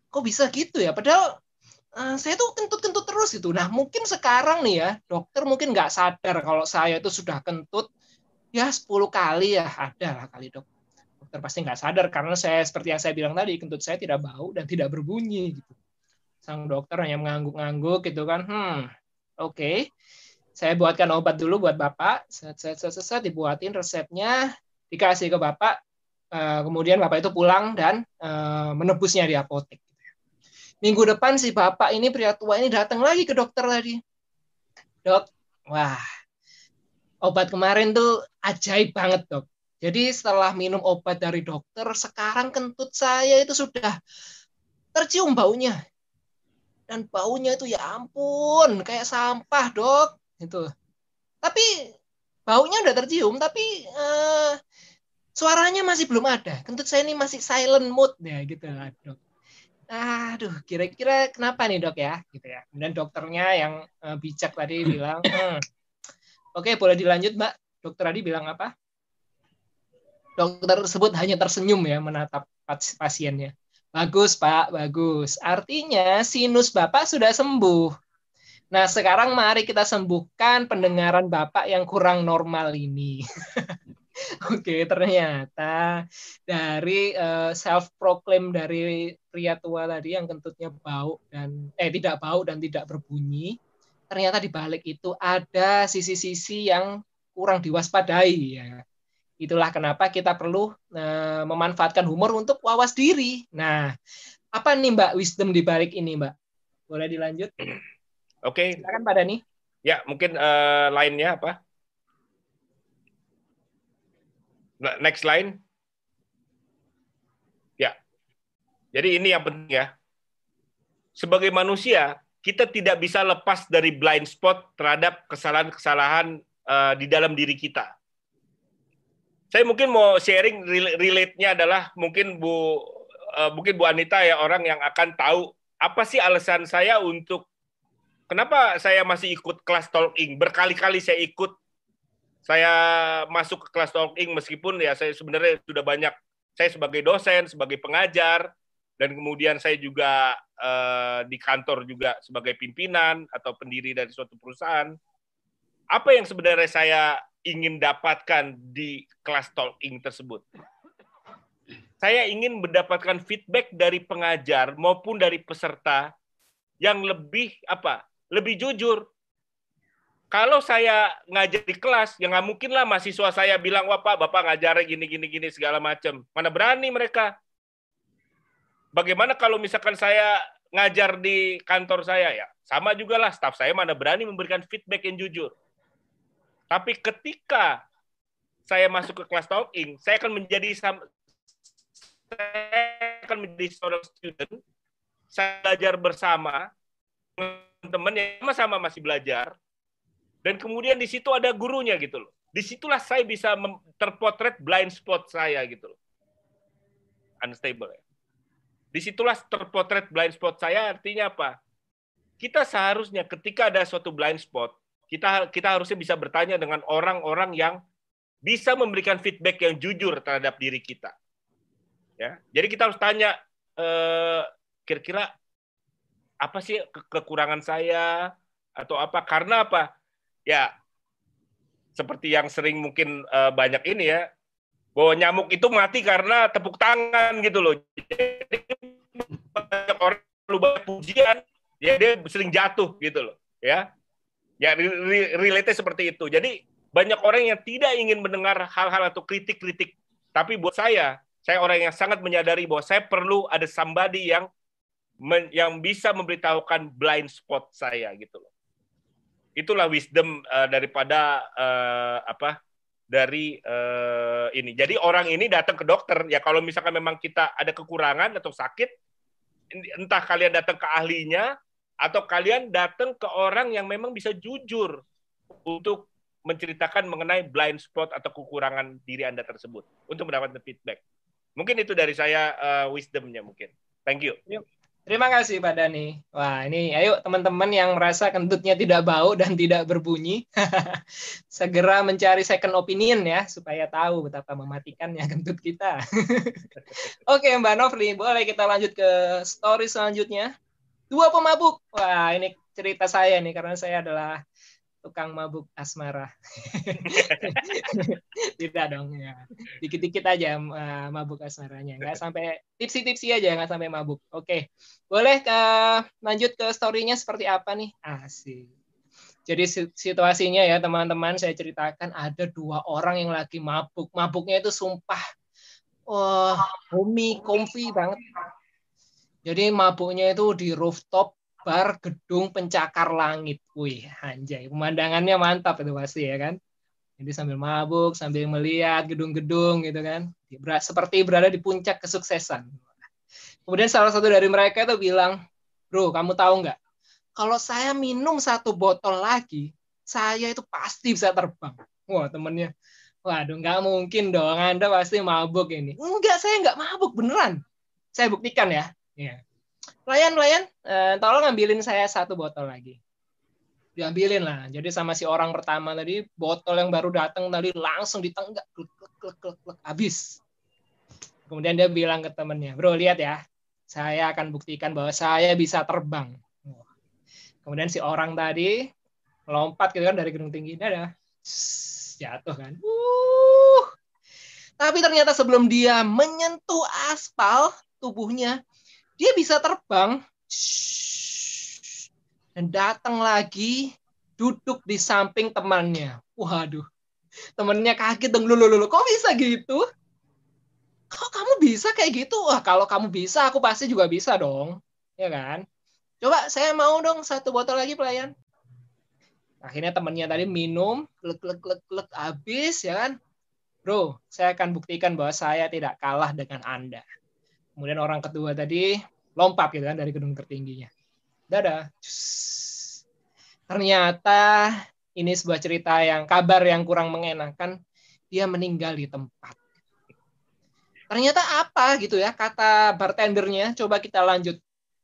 kok bisa gitu ya? Padahal uh, saya tuh kentut-kentut terus gitu. Nah mungkin sekarang nih ya, dokter mungkin nggak sadar kalau saya itu sudah kentut ya sepuluh kali ya ada lah kali dok. Dokter pasti nggak sadar karena saya seperti yang saya bilang tadi, kentut saya tidak bau dan tidak berbunyi gitu. Sang dokter hanya mengangguk-angguk gitu kan. Hmm, oke. Okay. Saya buatkan obat dulu buat Bapak. Set, set, set, set, dibuatin resepnya, dikasih ke Bapak. Uh, kemudian Bapak itu pulang dan uh, menebusnya di apotek. Minggu depan si Bapak ini, pria tua ini datang lagi ke dokter tadi. Dok, wah, obat kemarin tuh ajaib banget dok. Jadi setelah minum obat dari dokter, sekarang kentut saya itu sudah tercium baunya. Dan baunya itu ya ampun, kayak sampah dok. Gitu. Tapi baunya udah tercium, tapi uh, suaranya masih belum ada. Kentut saya ini masih silent mode ya gitu lah dok. Aduh, kira-kira kenapa nih dok ya? Gitu ya. Kemudian dokternya yang uh, bijak tadi bilang, hmm, oke okay, boleh dilanjut mbak. Dokter tadi bilang apa? Dokter tersebut hanya tersenyum ya menatap pasiennya. Bagus pak, bagus. Artinya sinus bapak sudah sembuh. Nah, sekarang mari kita sembuhkan pendengaran Bapak yang kurang normal ini. Oke, ternyata dari uh, self-proclaim dari pria tua tadi yang kentutnya bau dan eh tidak bau dan tidak berbunyi, ternyata di balik itu ada sisi-sisi yang kurang diwaspadai ya. Itulah kenapa kita perlu uh, memanfaatkan humor untuk wawas diri. Nah, apa nih Mbak wisdom di balik ini, Mbak? Boleh dilanjut? Oke. Silakan Pak Dani. Ya, mungkin uh, lainnya apa? Next line. Ya. Jadi ini yang penting ya. Sebagai manusia, kita tidak bisa lepas dari blind spot terhadap kesalahan-kesalahan uh, di dalam diri kita. Saya mungkin mau sharing relate-nya adalah mungkin Bu uh, mungkin Bu Anita ya orang yang akan tahu apa sih alasan saya untuk kenapa saya masih ikut kelas talking? Berkali-kali saya ikut, saya masuk ke kelas talking meskipun ya saya sebenarnya sudah banyak, saya sebagai dosen, sebagai pengajar, dan kemudian saya juga eh, di kantor juga sebagai pimpinan atau pendiri dari suatu perusahaan. Apa yang sebenarnya saya ingin dapatkan di kelas talking tersebut? Saya ingin mendapatkan feedback dari pengajar maupun dari peserta yang lebih apa? Lebih jujur. Kalau saya ngajar di kelas, ya nggak mungkin lah mahasiswa saya bilang, wah Pak, Bapak ngajarnya gini-gini-gini segala macam. Mana berani mereka. Bagaimana kalau misalkan saya ngajar di kantor saya? Ya sama juga lah, staf saya mana berani memberikan feedback yang jujur. Tapi ketika saya masuk ke kelas talking, saya akan menjadi saya akan menjadi seorang student, saya belajar bersama, teman-teman yang sama-sama masih belajar, dan kemudian di situ ada gurunya gitu loh. Disitulah saya bisa terpotret blind spot saya gitu loh. Unstable ya. Disitulah terpotret blind spot saya, artinya apa? Kita seharusnya ketika ada suatu blind spot, kita kita harusnya bisa bertanya dengan orang-orang yang bisa memberikan feedback yang jujur terhadap diri kita. Ya, jadi kita harus tanya eh, kira-kira apa sih ke kekurangan saya atau apa? Karena apa? Ya, seperti yang sering mungkin uh, banyak ini ya, bahwa nyamuk itu mati karena tepuk tangan gitu loh. Jadi banyak orang lu banyak pujian, ya dia sering jatuh gitu loh, ya. Ya relate seperti itu. Jadi banyak orang yang tidak ingin mendengar hal-hal atau kritik-kritik. Tapi buat saya, saya orang yang sangat menyadari bahwa saya perlu ada somebody yang men, yang bisa memberitahukan blind spot saya gitu loh. Itulah wisdom uh, daripada uh, apa dari uh, ini. Jadi orang ini datang ke dokter ya kalau misalkan memang kita ada kekurangan atau sakit, entah kalian datang ke ahlinya atau kalian datang ke orang yang memang bisa jujur untuk menceritakan mengenai blind spot atau kekurangan diri Anda tersebut untuk mendapatkan feedback. Mungkin itu dari saya uh, wisdomnya mungkin. Thank you. Terima kasih Pak Dani. Wah, ini ayo teman-teman yang merasa kentutnya tidak bau dan tidak berbunyi, segera mencari second opinion ya, supaya tahu betapa mematikannya kentut kita. Oke Mbak Novri, boleh kita lanjut ke story selanjutnya. Dua pemabuk. Wah, ini cerita saya nih, karena saya adalah tukang mabuk asmara. Tidak dong ya. Dikit-dikit aja uh, mabuk asmaranya. Nggak sampai tipsi-tipsi aja, nggak sampai mabuk. Oke. Boleh ke, lanjut ke story-nya seperti apa nih? Asik. Jadi situasinya ya teman-teman, saya ceritakan ada dua orang yang lagi mabuk. Mabuknya itu sumpah, wah, homey, comfy banget. Jadi mabuknya itu di rooftop bar gedung pencakar langit. Wih, anjay, pemandangannya mantap itu pasti ya kan. Jadi sambil mabuk, sambil melihat gedung-gedung gitu kan. Seperti berada di puncak kesuksesan. Kemudian salah satu dari mereka itu bilang, bro, kamu tahu nggak? Kalau saya minum satu botol lagi, saya itu pasti bisa terbang. Wah, temennya, waduh, nggak mungkin dong, Anda pasti mabuk ini. Enggak, saya nggak mabuk, beneran. Saya buktikan ya. Ya. Pelayan, pelayan, eh, tolong ambilin saya satu botol lagi. Diambilin lah. Jadi sama si orang pertama tadi, botol yang baru datang tadi langsung ditenggak, klek, klek, klek, klek, klek, habis. Kemudian dia bilang ke temennya, bro, lihat ya, saya akan buktikan bahwa saya bisa terbang. Kemudian si orang tadi melompat gitu kan dari gedung tinggi, ada jatuh kan. Uh. Tapi ternyata sebelum dia menyentuh aspal tubuhnya, dia bisa terbang dan datang lagi duduk di samping temannya. Waduh, temannya kaget dong, lulu lulu, kok bisa gitu? Kok kamu bisa kayak gitu? Wah, kalau kamu bisa, aku pasti juga bisa dong, ya kan? Coba saya mau dong satu botol lagi pelayan. Akhirnya temannya tadi minum, klek klek klek klek habis ya kan? Bro, saya akan buktikan bahwa saya tidak kalah dengan Anda. Kemudian orang kedua tadi lompat gitu kan dari gedung tertingginya. Dadah. Ternyata ini sebuah cerita yang kabar yang kurang mengenakan. Dia meninggal di tempat. Ternyata apa gitu ya kata bartendernya. Coba kita lanjut.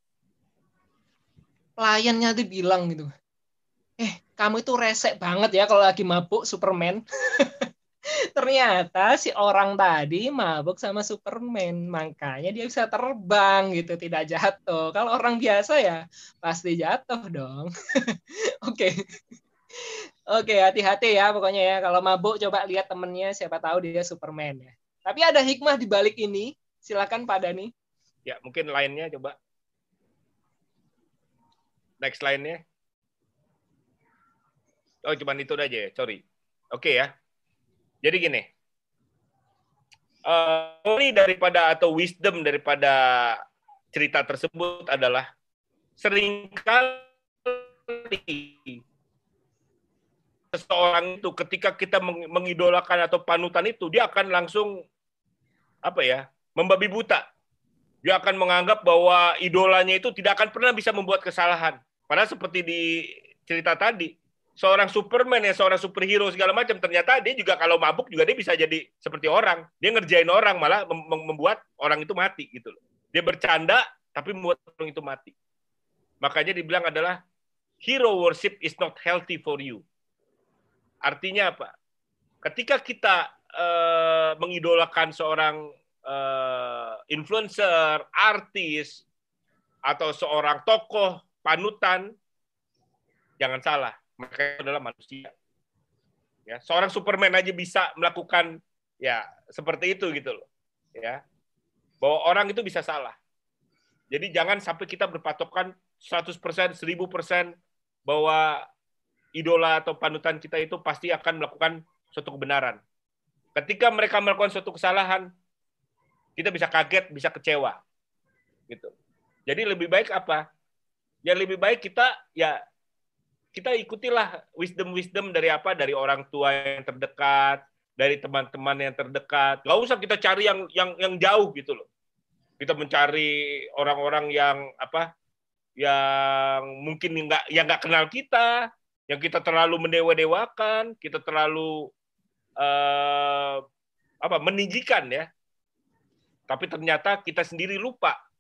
Pelayannya tuh bilang gitu. Eh, kamu itu resek banget ya kalau lagi mabuk Superman. Ternyata si orang tadi mabuk sama Superman, makanya dia bisa terbang gitu, tidak jatuh. Kalau orang biasa ya pasti jatuh dong. Oke. Oke, hati-hati ya pokoknya ya. Kalau mabuk coba lihat temennya, siapa tahu dia Superman ya. Tapi ada hikmah di balik ini. Silakan Pak Dani. Ya, mungkin lainnya coba. Next lainnya. Oh, cuma itu aja ya, sorry. Oke ya. Jadi gini, uh, ini daripada atau wisdom daripada cerita tersebut adalah seringkali seseorang itu ketika kita mengidolakan atau panutan itu, dia akan langsung apa ya, membabi buta. Dia akan menganggap bahwa idolanya itu tidak akan pernah bisa membuat kesalahan. Padahal seperti di cerita tadi, seorang Superman ya, seorang superhero segala macam, ternyata dia juga kalau mabuk juga dia bisa jadi seperti orang. Dia ngerjain orang, malah membuat orang itu mati gitu loh. Dia bercanda tapi membuat orang itu mati. Makanya dibilang adalah hero worship is not healthy for you. Artinya apa? Ketika kita uh, mengidolakan seorang uh, influencer, artis, atau seorang tokoh panutan, jangan salah, mereka adalah manusia. Ya, seorang Superman aja bisa melakukan ya seperti itu gitu loh. Ya, bahwa orang itu bisa salah. Jadi jangan sampai kita berpatokan seratus persen, seribu persen bahwa idola atau panutan kita itu pasti akan melakukan suatu kebenaran. Ketika mereka melakukan suatu kesalahan, kita bisa kaget, bisa kecewa. Gitu. Jadi lebih baik apa? Ya lebih baik kita ya kita ikutilah wisdom-wisdom dari apa? Dari orang tua yang terdekat, dari teman-teman yang terdekat. Gak usah kita cari yang yang yang jauh gitu loh. Kita mencari orang-orang yang apa? Yang mungkin nggak yang nggak kenal kita, yang kita terlalu mendewa-dewakan, kita terlalu uh, apa? meninggikan ya. Tapi ternyata kita sendiri lupa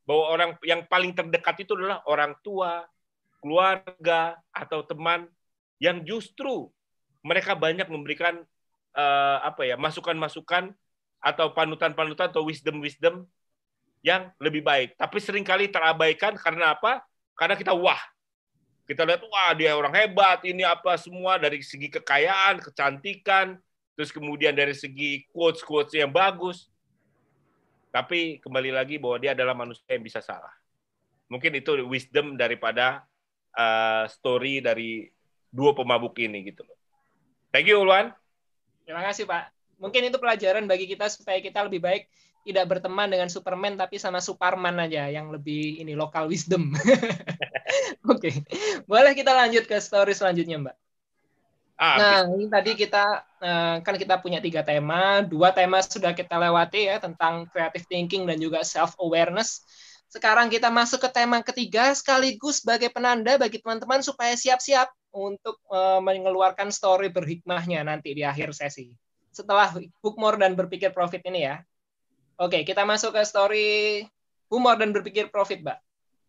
bahwa orang yang paling terdekat itu adalah orang tua, keluarga, atau teman yang justru mereka banyak memberikan uh, apa ya masukan-masukan atau panutan-panutan atau wisdom-wisdom yang lebih baik. Tapi seringkali terabaikan karena apa? Karena kita wah, kita lihat wah dia orang hebat, ini apa semua dari segi kekayaan, kecantikan, terus kemudian dari segi quotes-quotes yang bagus. Tapi kembali lagi bahwa dia adalah manusia yang bisa salah. Mungkin itu wisdom daripada uh, story dari dua pemabuk ini gitu loh. Thank you Ulwan. Terima kasih Pak. Mungkin itu pelajaran bagi kita supaya kita lebih baik tidak berteman dengan Superman tapi sama Superman aja yang lebih ini lokal wisdom. Oke, okay. Boleh kita lanjut ke story selanjutnya Mbak. Ah, nah bisa. Ini tadi kita kan kita punya tiga tema, dua tema sudah kita lewati ya tentang creative thinking dan juga self awareness. Sekarang kita masuk ke tema ketiga sekaligus sebagai penanda bagi teman-teman supaya siap-siap untuk uh, mengeluarkan story berhikmahnya nanti di akhir sesi. Setelah humor dan berpikir profit ini ya. Oke, kita masuk ke story humor dan berpikir profit, Mbak.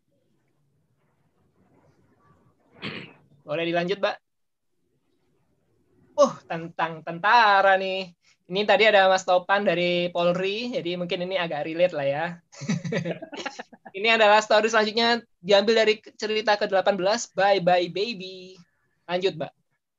Boleh dilanjut, Mbak? Uh, tentang tentara nih. Ini tadi ada Mas Topan dari Polri, jadi mungkin ini agak relate lah ya. Ini adalah story selanjutnya diambil dari cerita ke delapan belas, Bye Bye Baby. Lanjut, Mbak.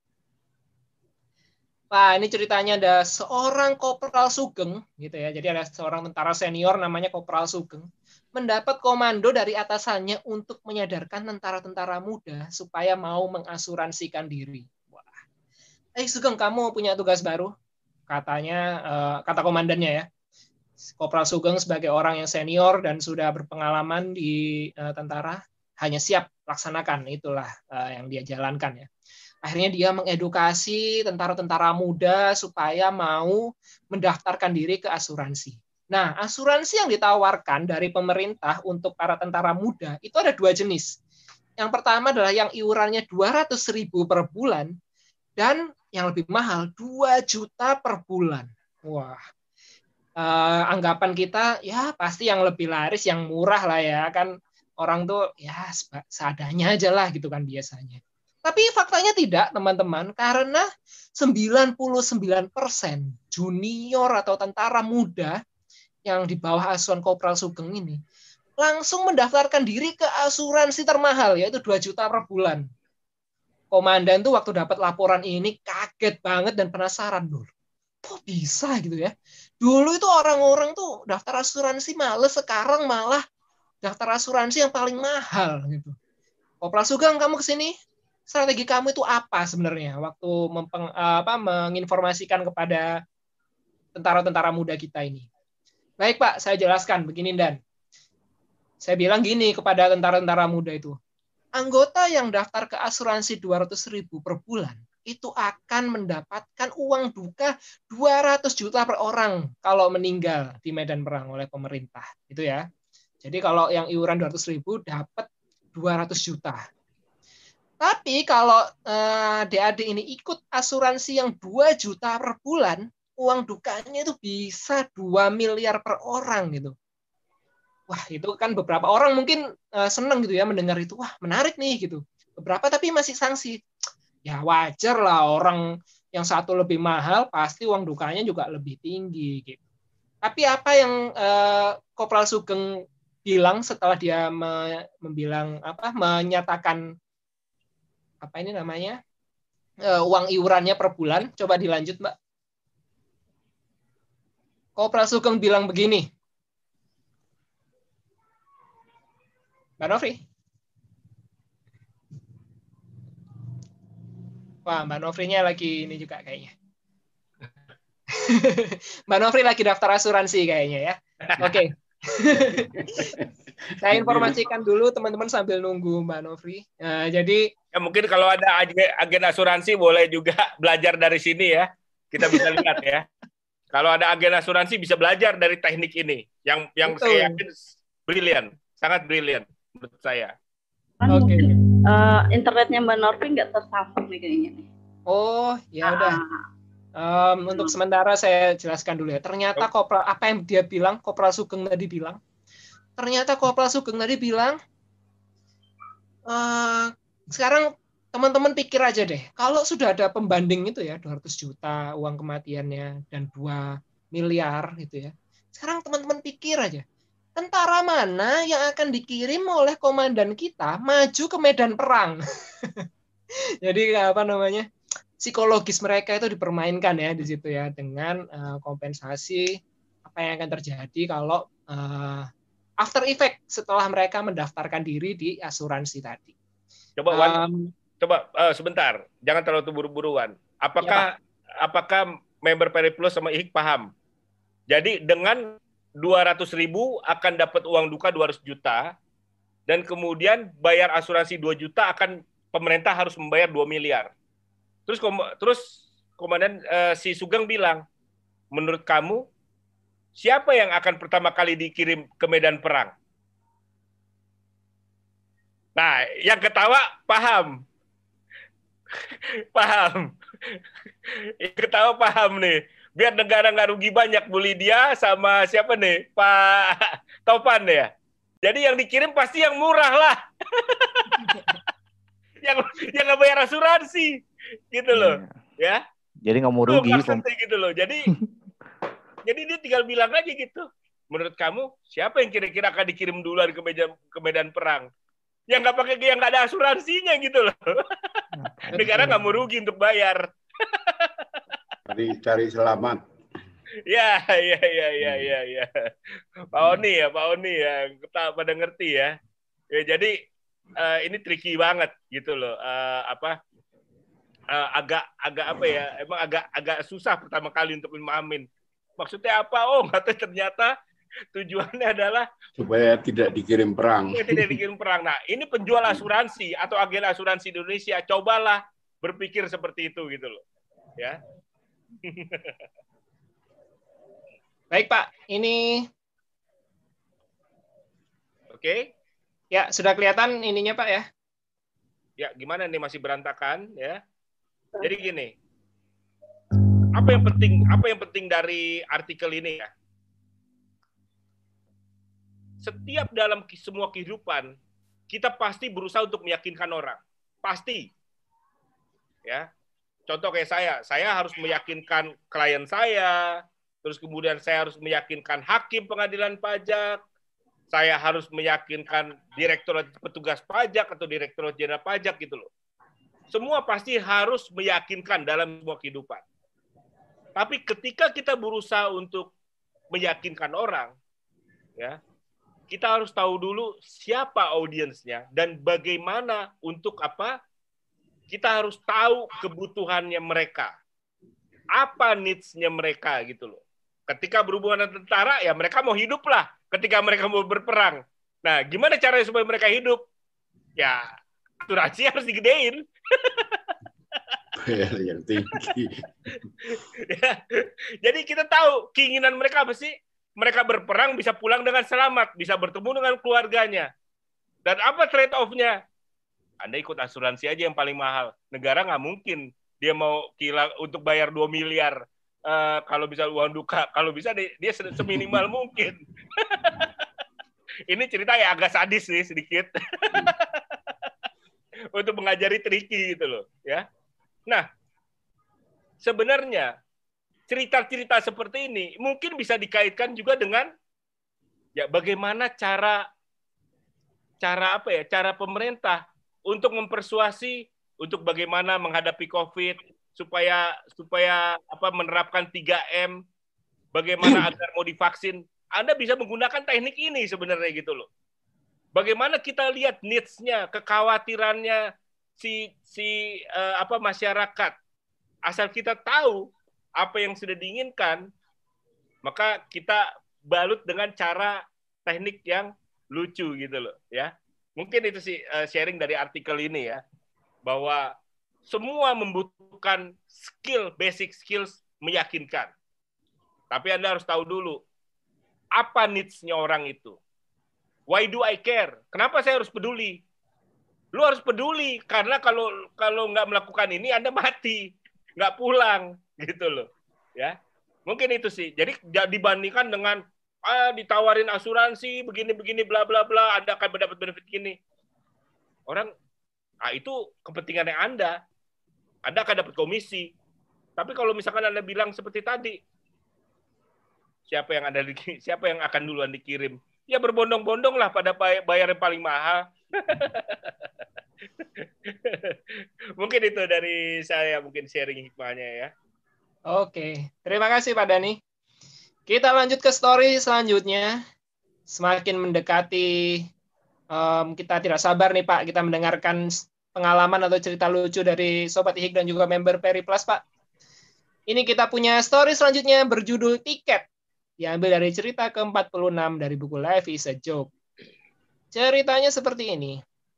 Wah, ini ceritanya ada seorang Kopral Sugeng, gitu ya. Jadi ada seorang tentara senior namanya Kopral Sugeng, mendapat komando dari atasannya untuk menyadarkan tentara-tentara muda supaya mau mengasuransikan diri. Wah, eh Sugeng, kamu punya tugas baru, katanya, eh, kata komandannya ya. Kopral Sugeng sebagai orang yang senior dan sudah berpengalaman di eh, tentara, hanya siap laksanakan, itulah eh, yang dia jalankan ya. Akhirnya dia mengedukasi tentara-tentara muda supaya mau mendaftarkan diri ke asuransi. Nah, asuransi yang ditawarkan dari pemerintah untuk para tentara muda itu ada dua jenis. Yang pertama adalah yang iurannya dua ratus ribu per bulan dan yang lebih mahal dua juta per bulan. Wah, eh, anggapan kita ya pasti yang lebih laris, yang murah lah ya, kan orang tuh ya seadanya aja lah gitu kan biasanya. Tapi faktanya tidak, teman-teman, karena sembilan puluh sembilan persen junior atau tentara muda yang di bawah asuhan Kopral Sugeng ini langsung mendaftarkan diri ke asuransi termahal, yaitu dua juta per bulan. Komandan tuh waktu dapat laporan ini kaget banget dan penasaran, dulu. Kok bisa gitu ya? Dulu itu orang-orang tuh daftar asuransi males, sekarang malah daftar asuransi yang paling mahal gitu. Kopral Sugeng, kamu kesini? Strategi kamu itu apa sebenarnya waktu mempeng, apa, menginformasikan kepada tentara-tentara muda kita ini? Baik Pak, saya jelaskan begini Dan. Saya bilang gini kepada tentara-tentara muda itu. Anggota yang daftar ke asuransi dua ratus ribu per bulan itu akan mendapatkan uang duka dua ratus juta per orang kalau meninggal di medan perang oleh pemerintah. Itu ya. Jadi kalau yang iuran dua ratus ribu dapat dua ratus juta. Tapi kalau eh, adik-adik ini ikut asuransi yang dua juta per bulan, uang dukanya itu bisa dua miliar per orang gitu. Wah, itu kan beberapa orang mungkin eh, senang gitu ya mendengar itu. Wah, menarik nih gitu. Beberapa tapi masih sanksi. Ya wajar lah, orang yang satu lebih mahal pasti uang dukanya juga lebih tinggi gitu. Tapi apa yang eh, Kopral Sugeng bilang setelah dia me, membilang apa menyatakan apa ini namanya uh, uang iurannya per bulan, coba dilanjut Mbak. Kopral Sugeng bilang begini, Mbak Novri. Wah, Mbak Novrinya lagi ini juga kayaknya. Mbak Novri lagi daftar asuransi kayaknya ya. Oke. Okay. Saya informasikan dulu teman-teman sambil nunggu Mbak Novri. Nah, jadi ya mungkin kalau ada agen asuransi boleh juga belajar dari sini ya. Kita bisa lihat ya. Kalau ada agen asuransi bisa belajar dari teknik ini. Yang yang Betul. Saya yakin brilian, sangat brilian menurut saya. Kan Oke. Okay. Uh, internetnya Mbak Novri nggak tersambung nih kayaknya. Oh, ya udah. Ah. Um, untuk sementara saya jelaskan dulu ya. Ternyata Kopral, apa yang dia bilang, Kopral Sugeng tadi bilang, ternyata Kopral Sugeng tadi bilang, uh, sekarang teman-teman pikir aja deh, kalau sudah ada pembanding itu ya, dua ratus juta uang kematiannya dan dua miliar gitu ya. Sekarang teman-teman pikir aja, tentara mana yang akan dikirim oleh komandan kita maju ke medan perang? Jadi apa namanya, psikologis mereka itu dipermainkan ya di situ ya, dengan uh, kompensasi apa yang akan terjadi kalau uh, after effect setelah mereka mendaftarkan diri di asuransi tadi. Coba Wan, um, coba uh, sebentar, jangan terlalu buru-buruan. Apakah ya, apakah member Periplus sama I H I K paham? Jadi dengan dua ratus ribu akan dapat uang duka dua ratus juta, dan kemudian bayar asuransi dua juta, akan pemerintah harus membayar dua miliar. Terus kom terus komandan uh, si Sugeng bilang, menurut kamu siapa yang akan pertama kali dikirim ke medan perang? Nah, yang ketawa paham. Paham. Yang ketawa paham nih. Biar negara nggak rugi banyak, Bu Lydia sama siapa nih? Pak Topan ya. Jadi yang dikirim pasti yang murah lah. yang yang nggak bayar asuransi. Gitu loh. Ya. Jadi nggak mau rugi. Gitu loh. Jadi Jadi dia tinggal bilang aja gitu. Menurut kamu siapa yang kira-kira akan dikirim duluan ke medan ke medan perang? Yang nggak pakai, yang nggak ada asuransinya gitu loh. Negara nggak mau rugi untuk bayar. Cari cari selamat. Ya, ya, ya, ya, ya, ya. Pak Oni ya, Pak Oni ya, kita pada ngerti ya. Ya jadi uh, ini tricky banget gitu loh. Uh, apa? Uh, agak agak apa ya? Emang agak agak susah pertama kali untuk memahamin. Maksudnya apa? Oh, nggak tahu, ternyata tujuannya adalah supaya tidak dikirim perang. Supaya tidak dikirim perang. Nah, ini penjual asuransi atau agen asuransi di Indonesia, cobalah berpikir seperti itu gitu loh. Ya. Baik, Pak. Ini Oke. Okay. Ya, sudah kelihatan ininya, Pak ya? Ya, gimana nih, masih berantakan ya. Jadi gini. Apa yang penting apa yang penting dari artikel ini ya? Setiap dalam semua kehidupan kita pasti berusaha untuk meyakinkan orang. Pasti. Ya. Contoh kayak saya, saya harus meyakinkan klien saya, terus kemudian saya harus meyakinkan hakim pengadilan pajak, saya harus meyakinkan direktorat petugas pajak atau direktorat jenderal pajak gitu loh. Semua pasti harus meyakinkan dalam semua kehidupan. Tapi ketika kita berusaha untuk meyakinkan orang, ya, kita harus tahu dulu siapa audiensnya dan bagaimana untuk apa. Kita harus tahu kebutuhannya mereka, apa needs-nya mereka gitu loh. Ketika berhubungan dengan tentara, ya mereka mau hidup lah. Ketika mereka mau berperang, nah gimana caranya supaya mereka hidup? Ya asuransi harus digedein. Yang tinggi. Ya, jadi kita tahu keinginan mereka apa sih? Mereka berperang bisa pulang dengan selamat, bisa bertemu dengan keluarganya. Dan apa trade off-nya? Anda ikut asuransi aja yang paling mahal. Negara nggak mungkin dia mau kilang untuk bayar dua miliar. Uh, kalau bisa uang duka, kalau bisa dia seminimal mungkin. Ini cerita ya agak sadis nih sedikit. Untuk mengajari triki gitu loh, ya. Nah, sebenarnya cerita-cerita seperti ini mungkin bisa dikaitkan juga dengan ya bagaimana cara cara apa ya? Cara pemerintah untuk mempersuasi untuk bagaimana menghadapi COVID supaya supaya apa menerapkan tiga M, bagaimana agar mau divaksin. Anda bisa menggunakan teknik ini sebenarnya gitu loh. Bagaimana kita lihat needs-nya, kekhawatirannya si si uh, apa masyarakat. Asal kita tahu apa yang sudah diinginkan, maka kita balut dengan cara teknik yang lucu gitu loh, ya. Mungkin itu sih uh, sharing dari artikel ini ya, bahwa semua membutuhkan skill, basic skills meyakinkan. Tapi Anda harus tahu dulu apa needs-nya orang itu. Why do I care? Kenapa saya harus peduli? Lu harus peduli karena kalau kalau nggak melakukan ini Anda mati, nggak pulang gitu loh, ya. Mungkin itu sih. Jadi dibandingkan dengan ah, ditawarin asuransi begini-begini bla bla bla, Anda akan mendapat benefit gini. Orang, ah itu kepentingannya Anda. Anda akan dapat komisi. Tapi kalau misalkan Anda bilang seperti tadi, siapa yang ada siapa yang akan duluan dikirim? Ya berbondong-bondong lah pada bayar yang paling mahal. Mungkin itu dari saya, mungkin sharing hikmahnya ya. Oke, terima kasih Pak Dani. Kita lanjut ke story selanjutnya. Semakin mendekati, um, kita tidak sabar nih Pak, kita mendengarkan pengalaman atau cerita lucu dari Sobat I H I K dan juga member Peri Plus Pak. Ini kita punya story selanjutnya berjudul Tiket. Diambil dari cerita ke empat puluh enam dari buku Life is a Joke. Ceritanya seperti ini.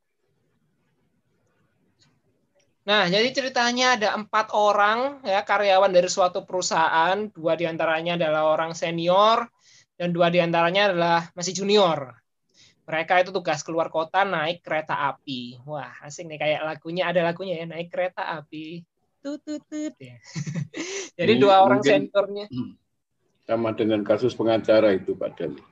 Nah, jadi ceritanya ada empat orang ya karyawan dari suatu perusahaan, dua diantaranya adalah orang senior dan dua diantaranya adalah masih junior. Mereka itu tugas keluar kota naik kereta api. Wah, asik nih kayak lagunya, ada lagunya ya, naik kereta api. Tut tut tut ya. Jadi Ini dua orang mungkin seniornya. sama dengan kasus pengacara itu Pak Dani.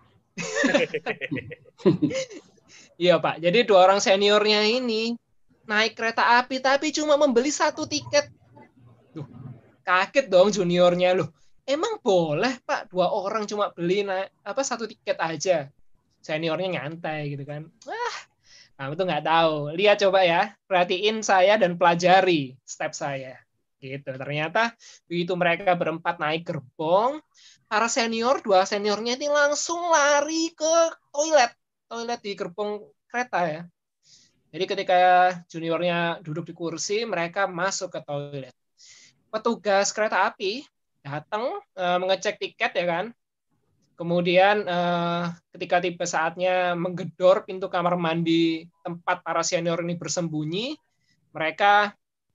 Iya Pak, jadi dua orang seniornya ini naik kereta api tapi cuma membeli satu tiket. Loh, kaget dong juniornya loh. Emang boleh Pak dua orang cuma beli naik, apa satu tiket aja? Seniornya nyantai gitu kan. Wah, kamu tuh nggak tahu. Lihat coba ya, perhatiin saya dan pelajari step saya. Gitu. Ternyata begitu mereka berempat naik gerbong, para senior, dua seniornya ini langsung lari ke toilet. Toilet di gerbong kereta ya. Jadi ketika juniornya duduk di kursi, mereka masuk ke toilet. Petugas kereta api datang uh, mengecek tiket ya kan. Kemudian uh, ketika tiba saatnya menggedor pintu kamar mandi tempat para senior ini bersembunyi, mereka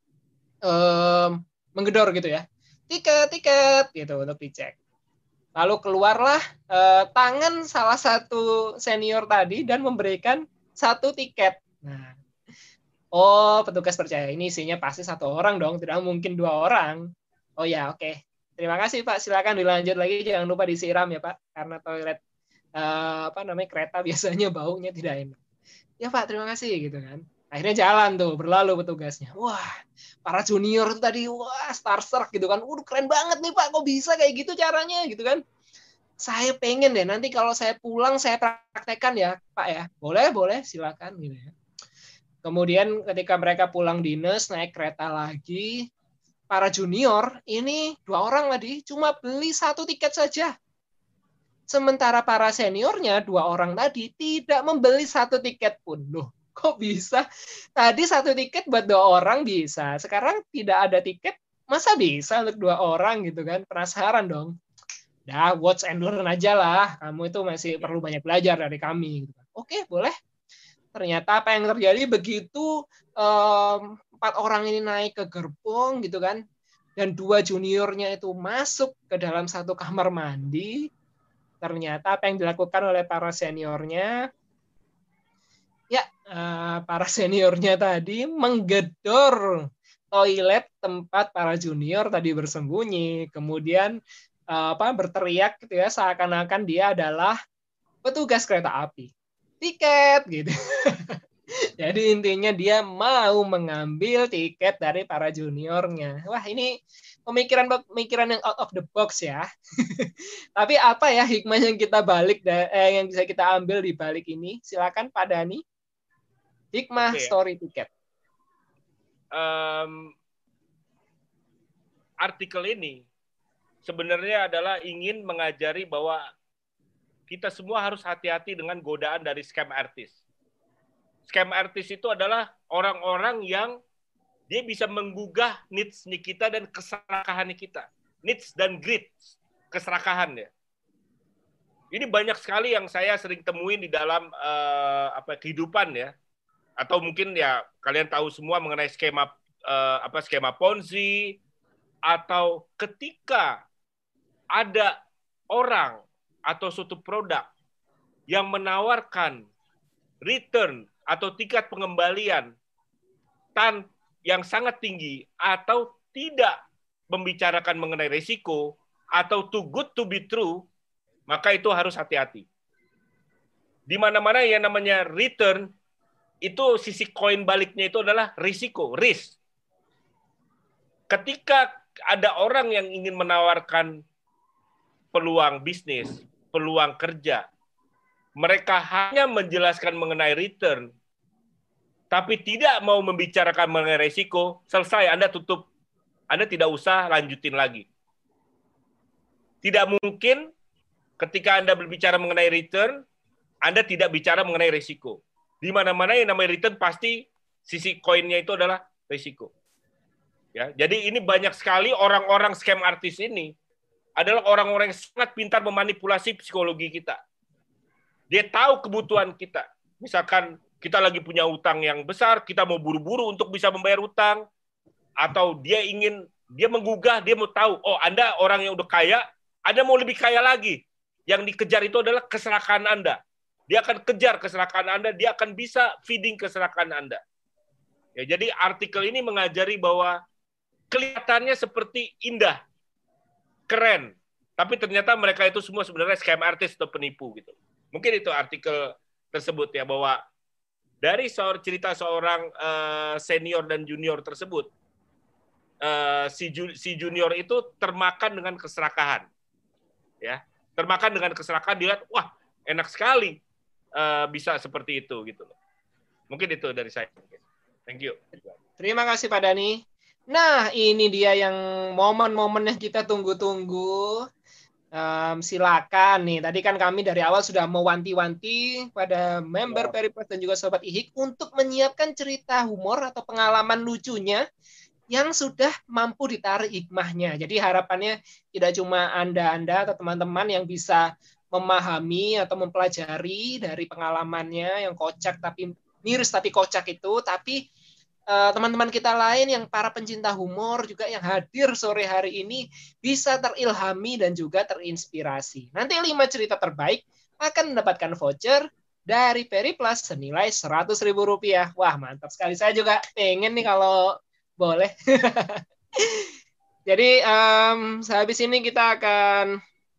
uh, menggedor gitu ya. Tiket, tiket gitu untuk dicek. Lalu keluarlah uh, tangan salah satu senior tadi dan memberikan satu tiket. Nah, oh petugas percaya ini isinya pasti satu orang dong, tidak mungkin dua orang. Oh ya, oke. Okay. Terima kasih Pak. Silakan dilanjut lagi. Jangan lupa disiram ya Pak, karena toilet uh, apa namanya kereta biasanya baunya tidak enak. Ya Pak, terima kasih gitu kan. Akhirnya jalan tuh, berlalu petugasnya. Wah, para junior tuh tadi wah starstruck gitu kan. Waduh keren banget nih Pak, kok bisa kayak gitu caranya gitu kan. Saya pengen deh nanti kalau saya pulang saya praktekkan ya Pak ya. Boleh, boleh, silakan gitu ya. Kemudian ketika mereka pulang dinas, naik kereta lagi, para junior ini dua orang tadi cuma beli satu tiket saja. Sementara para seniornya dua orang tadi tidak membeli satu tiket pun. Loh, kok bisa? Tadi satu tiket buat dua orang bisa. Sekarang tidak ada tiket, masa bisa untuk dua orang gitu kan? Penasaran dong. Dah, watch and learn aja lah. Kamu itu masih perlu banyak belajar dari kami. Oke, boleh. Ternyata apa yang terjadi begitu um, empat orang ini naik ke gerbong gitu kan, dan dua juniornya itu masuk ke dalam satu kamar mandi. Ternyata apa yang dilakukan oleh para seniornya, ya uh, para seniornya tadi menggedor toilet tempat para junior tadi bersembunyi, kemudian uh, apa berteriak gitu ya, seakan-akan dia adalah petugas kereta api. Tiket gitu. Jadi intinya dia mau mengambil tiket dari para juniornya. Wah, ini pemikiran-pemikiran yang out of the box ya. Tapi apa ya hikmah yang kita balik eh, yang bisa kita ambil di balik ini? Silakan Pak Dani. Hikmah Oke, story tiket. Um, artikel ini sebenarnya adalah ingin mengajari bahwa kita semua harus hati-hati dengan godaan dari scam artis. Scam artis itu adalah orang-orang yang dia bisa menggugah needs-nya kita dan keserakahan kita. Needs dan greed, keserakahan ya. Ini banyak sekali yang saya sering temuin di dalam uh, apa kehidupan ya. Atau mungkin ya kalian tahu semua mengenai skema uh, apa skema Ponzi, atau ketika ada orang atau suatu produk yang menawarkan return atau tingkat pengembalian tan yang sangat tinggi atau tidak membicarakan mengenai risiko atau too good to be true, maka itu harus hati-hati. Di mana-mana yang namanya return, itu sisi koin baliknya itu adalah risiko, risk. Ketika ada orang yang ingin menawarkan peluang bisnis, peluang kerja, mereka hanya menjelaskan mengenai return, tapi tidak mau membicarakan mengenai risiko, selesai, Anda tutup. Anda tidak usah lanjutin lagi. Tidak mungkin ketika Anda berbicara mengenai return, Anda tidak bicara mengenai risiko. Di mana-mana yang namanya return pasti sisi koinnya itu adalah risiko. Ya, jadi ini banyak sekali orang-orang scam artis ini adalah orang-orang yang sangat pintar memanipulasi psikologi kita. Dia tahu kebutuhan kita. Misalkan kita lagi punya utang yang besar, kita mau buru-buru untuk bisa membayar utang, atau dia ingin, dia menggugah, dia mau tahu, oh Anda orang yang udah kaya, Anda mau lebih kaya lagi. Yang dikejar itu adalah keserakaan Anda. Dia akan kejar keserakaan Anda, dia akan bisa feeding keserakaan Anda. Ya, jadi artikel ini mengajari bahwa kelihatannya seperti indah, keren, tapi ternyata mereka itu semua sebenarnya scam artist atau penipu gitu. Mungkin itu artikel tersebut ya, bahwa dari seorang cerita seorang uh, senior dan junior tersebut, uh, si, ju, si junior itu termakan dengan keserakahan, ya, termakan dengan keserakahan. Dilihat, wah enak sekali. Uh, bisa seperti itu gitu loh. Mungkin itu dari saya. Thank you. Terima kasih Pak Dhani. Nah, ini dia yang momen-momen yang kita tunggu-tunggu. Um, silakan nih. Tadi kan kami dari awal sudah mewanti-wanti pada member Periplus dan juga Sobat I H I K untuk menyiapkan cerita humor atau pengalaman lucunya yang sudah mampu ditarik hikmahnya. Jadi harapannya tidak cuma Anda-Anda atau teman-teman yang bisa memahami atau mempelajari dari pengalamannya yang kocak tapi miris tapi kocak itu, tapi uh, teman-teman kita lain yang para pencinta humor juga yang hadir sore hari ini bisa terilhami dan juga terinspirasi. Nanti lima cerita terbaik akan mendapatkan voucher dari Periplus senilai seratus ribu rupiah. Wah, mantap sekali. Saya juga pengen nih kalau boleh. Jadi um, sehabis ini kita akan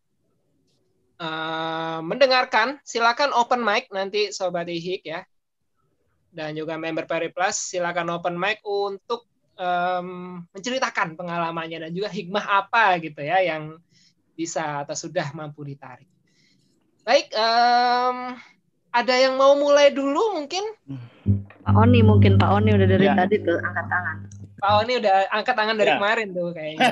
Uh, mendengarkan, silakan open mic nanti Sobat I H I K ya, dan juga member Periplus silakan open mic untuk um, menceritakan pengalamannya dan juga hikmah apa gitu ya yang bisa atau sudah mampu ditarik. Baik, um, ada yang mau mulai dulu mungkin? Pak Oni mungkin, Pak Oni udah dari ya. tadi tuh angkat tangan. Pak Oni udah angkat tangan dari ya. kemarin tuh kayaknya.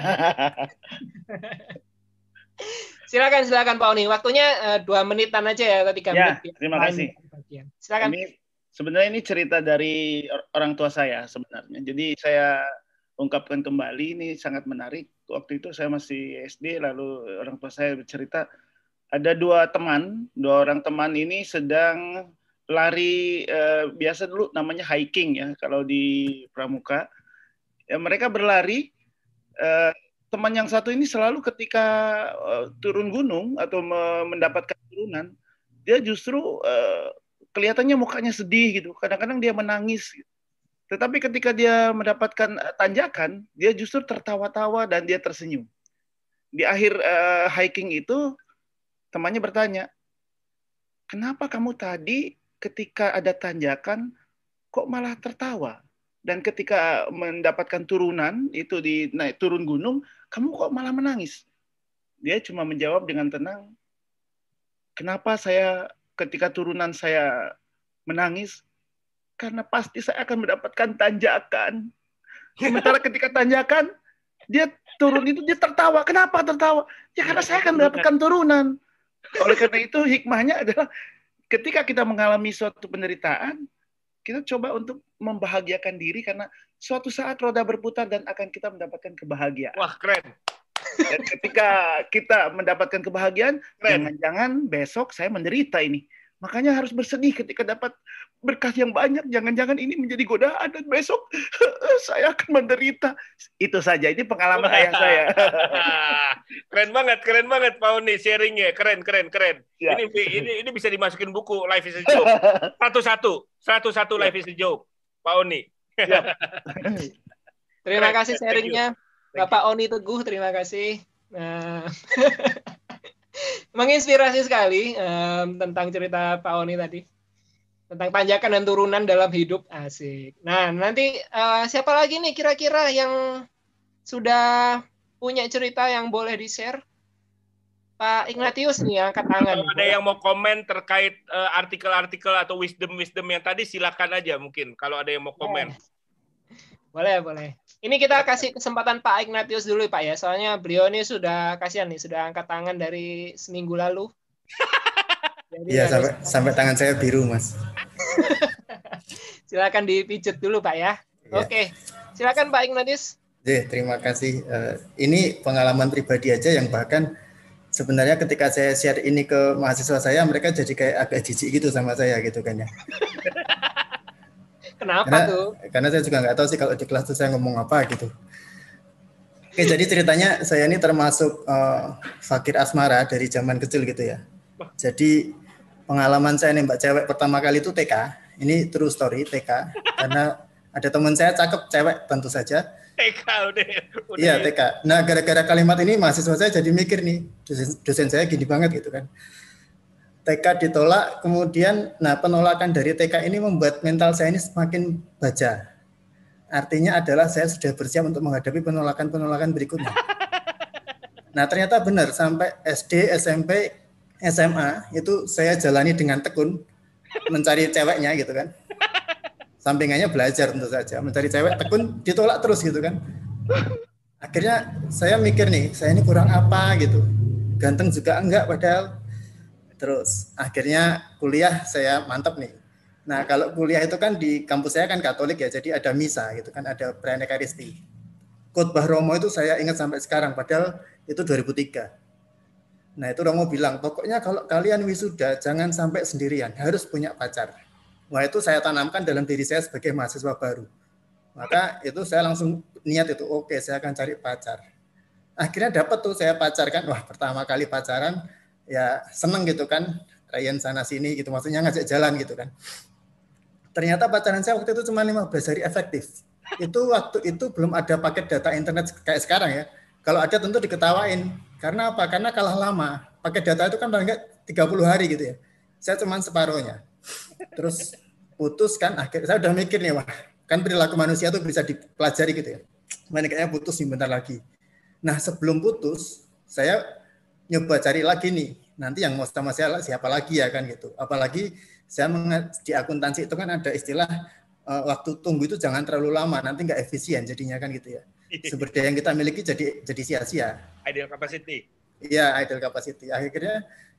Silakan, silakan Pak Oni. Waktunya uh, dua menitan aja ya, atau tiga ya, menit. Terima kasih. Silakan. Ini sebenarnya ini cerita dari orang tua saya sebenarnya. Jadi saya ungkapkan kembali, ini sangat menarik. Waktu itu saya masih S D, lalu orang tua saya bercerita ada dua teman, dua orang teman ini sedang lari eh, biasa dulu namanya hiking ya kalau di Pramuka. Ya, mereka berlari. Eh, Teman yang satu ini selalu ketika uh, turun gunung atau me- mendapatkan turunan, dia justru uh, kelihatannya mukanya sedih gitu. Kadang-kadang dia menangis. Gitu. Tetapi ketika dia mendapatkan uh, tanjakan, dia justru tertawa-tawa dan dia tersenyum. Di akhir uh, hiking itu, temannya bertanya, kenapa kamu tadi ketika ada tanjakan kok malah tertawa? Dan ketika mendapatkan turunan, itu di naik turun gunung, kamu kok malah menangis? Dia cuma menjawab dengan tenang, kenapa saya ketika turunan saya menangis? Karena pasti saya akan mendapatkan tanjakan. Sementara ketika tanjakan, dia turun itu dia tertawa. Kenapa tertawa? Ya karena saya akan mendapatkan turunan. Oleh karena itu hikmahnya adalah ketika kita mengalami suatu penderitaan, kita coba untuk membahagiakan diri karena suatu saat roda berputar dan akan kita mendapatkan kebahagiaan. Wah, keren. Dan ketika kita mendapatkan kebahagiaan, jangan-jangan besok saya menderita ini. Makanya harus bersedih ketika dapat berkah yang banyak. Jangan-jangan ini menjadi godaan dan besok saya akan menderita. Itu saja, ini pengalaman ayah saya. Keren banget, keren banget Pak Oni sharingnya. Keren, keren, keren. Ya. Ini, ini ini bisa dimasukin buku Life is a Joke. Satu-satu, satu-satu Life is a Joke. Pak Oni. Ya. Terima Keren, kasih thank you. sharingnya, Thank Bapak Oni Teguh. Terima kasih. Nah. Menginspirasi sekali um, tentang cerita Pak Oni tadi. Tentang tanjakan dan turunan dalam hidup. Asik. Nah, nanti uh, siapa lagi nih kira-kira yang sudah punya cerita yang boleh di-share? Pak Ignatius nih yang angkat tangan. Kalau ada yang mau komen terkait uh, artikel-artikel atau wisdom-wisdom yang tadi, silakan aja mungkin. Kalau ada yang mau komen. Boleh, boleh. Ini kita kasih kesempatan Pak Ignatius dulu Pak ya. Soalnya beliau ini sudah, kasihan nih, sudah angkat tangan dari seminggu lalu. Iya, sampai, sampai tangan saya biru, Mas. Silakan dipijet dulu Pak ya. Ya. Oke, silakan Pak Ignatius. Oke, terima kasih. Uh, ini pengalaman pribadi aja yang bahkan sebenarnya ketika saya share ini ke mahasiswa saya, mereka jadi kayak agak jijik gitu sama saya gitu kan ya. Kenapa karena, tuh? Karena saya juga nggak tahu sih kalau di kelas tuh saya ngomong apa gitu. Oke, jadi ceritanya saya ini termasuk uh, fakir asmara dari zaman kecil gitu ya. Jadi pengalaman saya nembak cewek pertama kali itu T K. Ini true story T K. Karena ada teman saya cakep cewek tentu saja. T K udah. udah iya T K. Nah gara-gara kalimat ini mahasiswa saya jadi mikir nih, dosen, dosen saya gini banget gitu kan. T K ditolak, kemudian nah penolakan dari T K ini membuat mental saya ini semakin baja. Artinya adalah saya sudah bersiap untuk menghadapi penolakan-penolakan berikutnya. Nah ternyata benar, sampai S D, S M P, S M A itu saya jalani dengan tekun mencari ceweknya gitu kan. Sampingannya belajar tentu saja, mencari cewek tekun ditolak terus gitu kan. Akhirnya saya mikir nih, saya ini kurang apa gitu. Ganteng juga enggak padahal. Terus akhirnya kuliah saya mantap nih. Nah kalau kuliah itu kan di kampus saya kan Katolik ya, jadi ada misa gitu kan, ada perayaan Ekaristi. Khotbah Romo itu saya ingat sampai sekarang, padahal itu dua ribu tiga. Nah itu Romo bilang, pokoknya kalau kalian wisuda jangan sampai sendirian, harus punya pacar. Wah itu saya tanamkan dalam diri saya sebagai mahasiswa baru. Maka itu saya langsung niat itu, oke saya akan cari pacar. Akhirnya dapat tuh saya pacar kan, wah pertama kali pacaran ya seneng gitu kan, Ryan sana sini gitu, maksudnya ngajak jalan gitu kan. Ternyata pacaran saya waktu itu cuma lima belas hari efektif. Itu waktu itu belum ada paket data internet kayak sekarang ya. Kalau ada tentu diketawain. Karena apa? Karena kalah lama. Paket data itu kan paling enggak tiga puluh hari gitu ya. Saya cuma separuhnya. Terus putus kan, akhirnya saya udah mikir nih, wah kan perilaku manusia tuh bisa dipelajari gitu ya. Mana kayaknya putus nih bentar lagi. Nah sebelum putus, saya nyoba cari lagi nih. Nanti yang mau sama saya siapa lagi ya kan gitu. Apalagi saya di akuntansi itu kan ada istilah uh, waktu tunggu itu jangan terlalu lama, nanti nggak efisien jadinya kan gitu ya. Sumber daya yang kita miliki jadi jadi sia-sia. Ideal capacity. Iya, ideal capacity. Akhirnya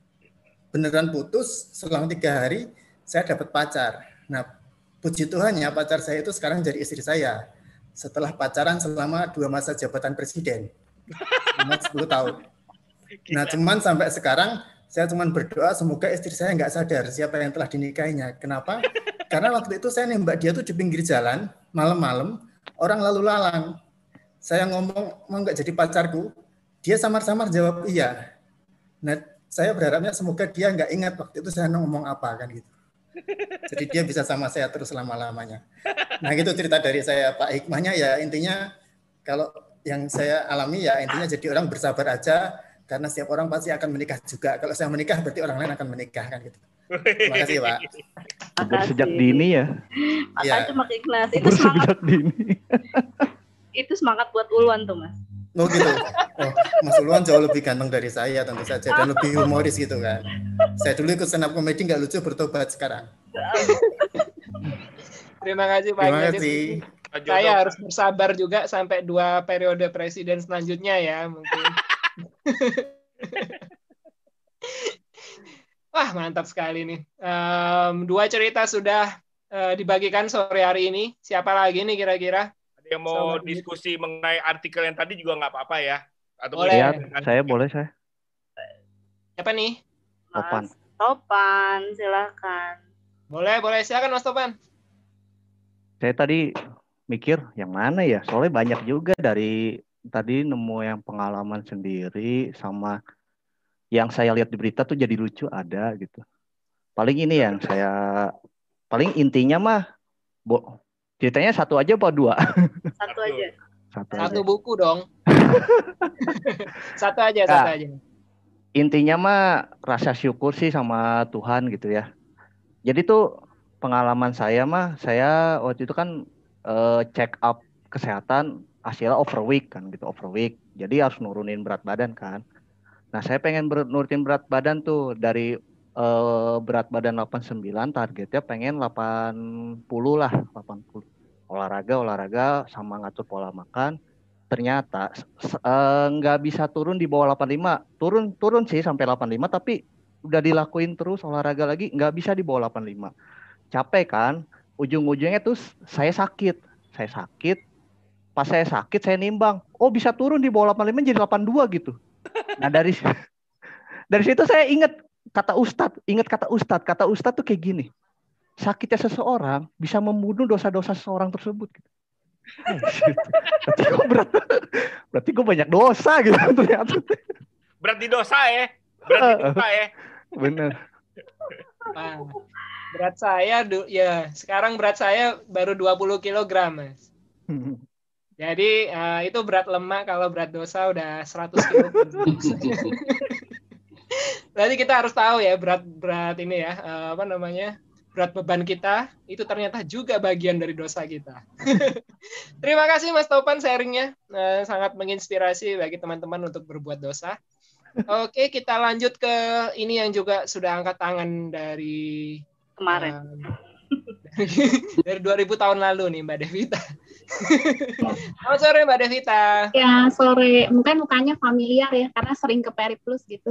beneran putus, selang tiga hari saya dapat pacar. Nah, puji Tuhannya pacar saya itu sekarang jadi istri saya. Setelah pacaran selama dua masa jabatan presiden, selama sepuluh tahun. Nah, cuman sampai sekarang saya cuman berdoa semoga istri saya nggak sadar siapa yang telah dinikahinya. Kenapa? Karena waktu itu saya nembak dia tuh di pinggir jalan, malam-malam, orang lalu lalang. Saya ngomong, mau nggak jadi pacarku? Dia samar-samar jawab iya. Nah, saya berharapnya semoga dia nggak ingat waktu itu saya ngomong apa kan gitu. Jadi dia bisa sama saya terus lama-lamanya. Nah, gitu cerita dari saya. Pak, hikmahnya ya intinya kalau yang saya alami ya intinya jadi orang bersabar aja. Karena setiap orang pasti akan menikah juga. Kalau saya menikah, berarti orang lain akan menikah kan gitu. Terima kasih Pak. Makasih. Sejak dini ya. Makasih ya. Mas Ignas. Itu semangat. Sejak dini. Itu semangat buat Ulwan tuh Mas. Oh gitu. Oh, Mas Ulwan jauh lebih ganteng dari saya tentu saja dan lebih humoris gitu kan. Saya dulu ikut stand up comedy nggak lucu, bertobat sekarang. Terima kasih Pak. Terima kasih. Saya harus bersabar juga sampai dua periode presiden selanjutnya ya mungkin. Wah mantap sekali nih. Um, dua cerita sudah uh, dibagikan sore hari ini. Siapa lagi nih kira-kira? Ada yang mau Sobat diskusi ini mengenai artikel yang tadi juga nggak apa-apa ya? Atau boleh? Ya, saya boleh saya. Siapa nih? Topan. Topan, silakan. Boleh, boleh. Silakan Mas Topan. Saya tadi mikir yang mana ya? Soalnya banyak juga dari tadi nemu yang pengalaman sendiri sama yang saya lihat di berita tuh jadi lucu ada gitu. Paling ini yang saya paling intinya mah bo, ceritanya satu aja apa dua? Satu aja. Satu, satu aja. Buku dong. Satu aja, nah, satu aja. intinya mah rasa syukur sih sama Tuhan gitu ya. Jadi tuh pengalaman saya mah, saya waktu itu kan uh, check up kesehatan hasilnya overweight kan gitu, overweight. Jadi harus nurunin berat badan kan. Nah saya pengen ber- nurunin berat badan tuh dari uh, berat badan delapan puluh sembilan, targetnya pengen delapan puluh lah, delapan puluh. Olahraga, olahraga sama ngatur pola makan. Ternyata nggak uh, bisa turun di bawah delapan puluh lima. Turun turun sih sampai delapan puluh lima, tapi udah dilakuin terus olahraga lagi nggak bisa di bawah delapan puluh lima. Capek kan, ujung-ujungnya tuh saya sakit. Saya sakit, pas saya sakit saya nimbang, oh bisa turun di bawah delapan puluh lima jadi delapan puluh dua gitu. Nah dari dari situ saya ingat kata Ustadz, ingat kata Ustadz, kata Ustadz tuh kayak gini, sakitnya seseorang bisa membunuh dosa-dosa seseorang tersebut. Gitu. Oh, berarti gue berat, berarti gue banyak dosa gitu ternyata. Berat di dosa ya, berat di dosa ya. Bener. Nah, berat saya ya sekarang berat saya baru dua puluh kilogram, Mas. Jadi uh, itu berat lemak, kalau berat dosa udah seratus kilogram. Berarti kita harus tahu ya berat-berat ini ya, uh, apa namanya? berat beban kita itu ternyata juga bagian dari dosa kita. Terima kasih Mas Topan sharingnya, uh, sangat menginspirasi bagi teman-teman untuk berbuat dosa. Oke, kita lanjut ke ini yang juga sudah angkat tangan dari kemarin. Um, dari, dari dua ribu tahun lalu nih Mbak Devita. Selamat sore Mbak Devita. Ya, sore. Mungkin mukanya familiar ya, karena sering ke Periplus gitu.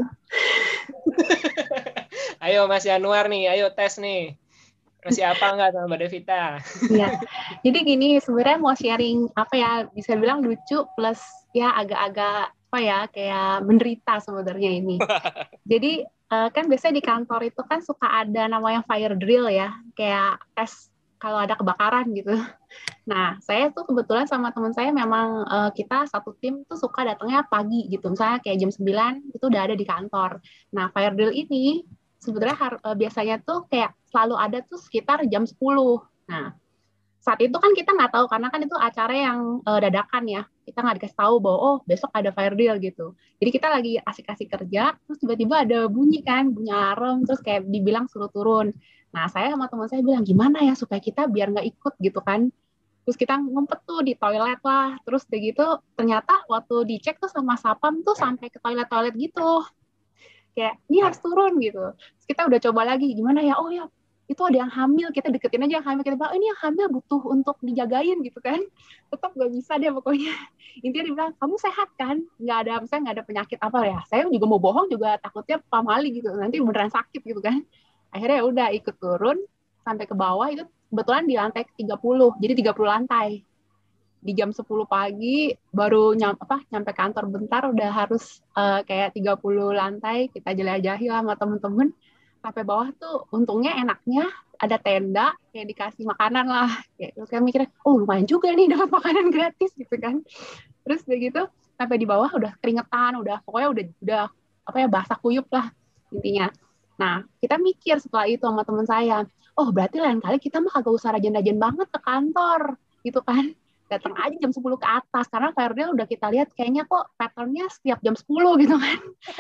Ayo Mas Yanuar nih, ayo tes nih. Masih apa enggak sama Mbak Devita? Iya. Jadi gini, sebenarnya mau sharing apa ya, bisa bilang lucu plus ya agak-agak apa ya, kayak menderita sebenarnya ini. Jadi kan biasanya di kantor itu kan suka ada namanya fire drill ya, kayak tes kalau ada kebakaran gitu. Nah, saya tuh kebetulan sama teman saya memang uh, kita satu tim tuh suka datangnya pagi gitu. Misalnya kayak jam sembilan itu udah ada di kantor. Nah, fire drill ini sebenarnya uh, biasanya tuh kayak selalu ada tuh sekitar jam sepuluh. Nah, saat itu kan kita nggak tahu karena kan itu acara yang uh, dadakan ya. Kita nggak dikasih tahu bahwa oh besok ada fire drill gitu. Jadi kita lagi asik-asik kerja, terus tiba-tiba ada bunyi kan, bunyi alarm, terus kayak dibilang suruh turun. Nah, saya sama teman saya bilang gimana ya supaya kita biar nggak ikut gitu kan. Terus kita ngumpet tuh di toilet lah. Terus udah gitu ternyata waktu dicek tuh sama sapam tuh sampai ke toilet-toilet gitu. Kayak ini harus turun gitu. Terus kita udah coba lagi gimana ya? Oh ya itu ada yang hamil, kita deketin aja yang hamil, kita bilang oh, ini yang hamil butuh untuk dijagain gitu kan. Tetap gak bisa deh pokoknya. Intinya dibilang kamu sehat kan? Nggak ada, misalnya nggak ada penyakit apa ya. Saya juga mau bohong juga takutnya pamali gitu. Nanti beneran sakit gitu kan. Akhirnya ya udah ikut turun sampai ke bawah, itu kebetulan di lantai tiga puluh, jadi tiga puluh lantai. Di jam sepuluh pagi baru nyam, apa, nyampe kantor bentar udah harus uh, kayak tiga puluh lantai kita jelajahi lah sama temen-temen. Sampai bawah tuh untungnya enaknya ada tenda, kayak dikasih makanan lah. Kayak, kayak mikirnya, oh lumayan juga nih dapat makanan gratis gitu kan. Terus begitu sampai di bawah udah keringetan, udah pokoknya udah udah apa ya basah kuyup lah intinya. Nah, kita mikir setelah itu sama teman saya, oh berarti lain kali kita mah kagak usah rajin-rajin banget ke kantor, gitu kan. Datang aja jam sepuluh ke atas, karena fire drill udah kita lihat kayaknya kok patternnya setiap jam sepuluh gitu kan.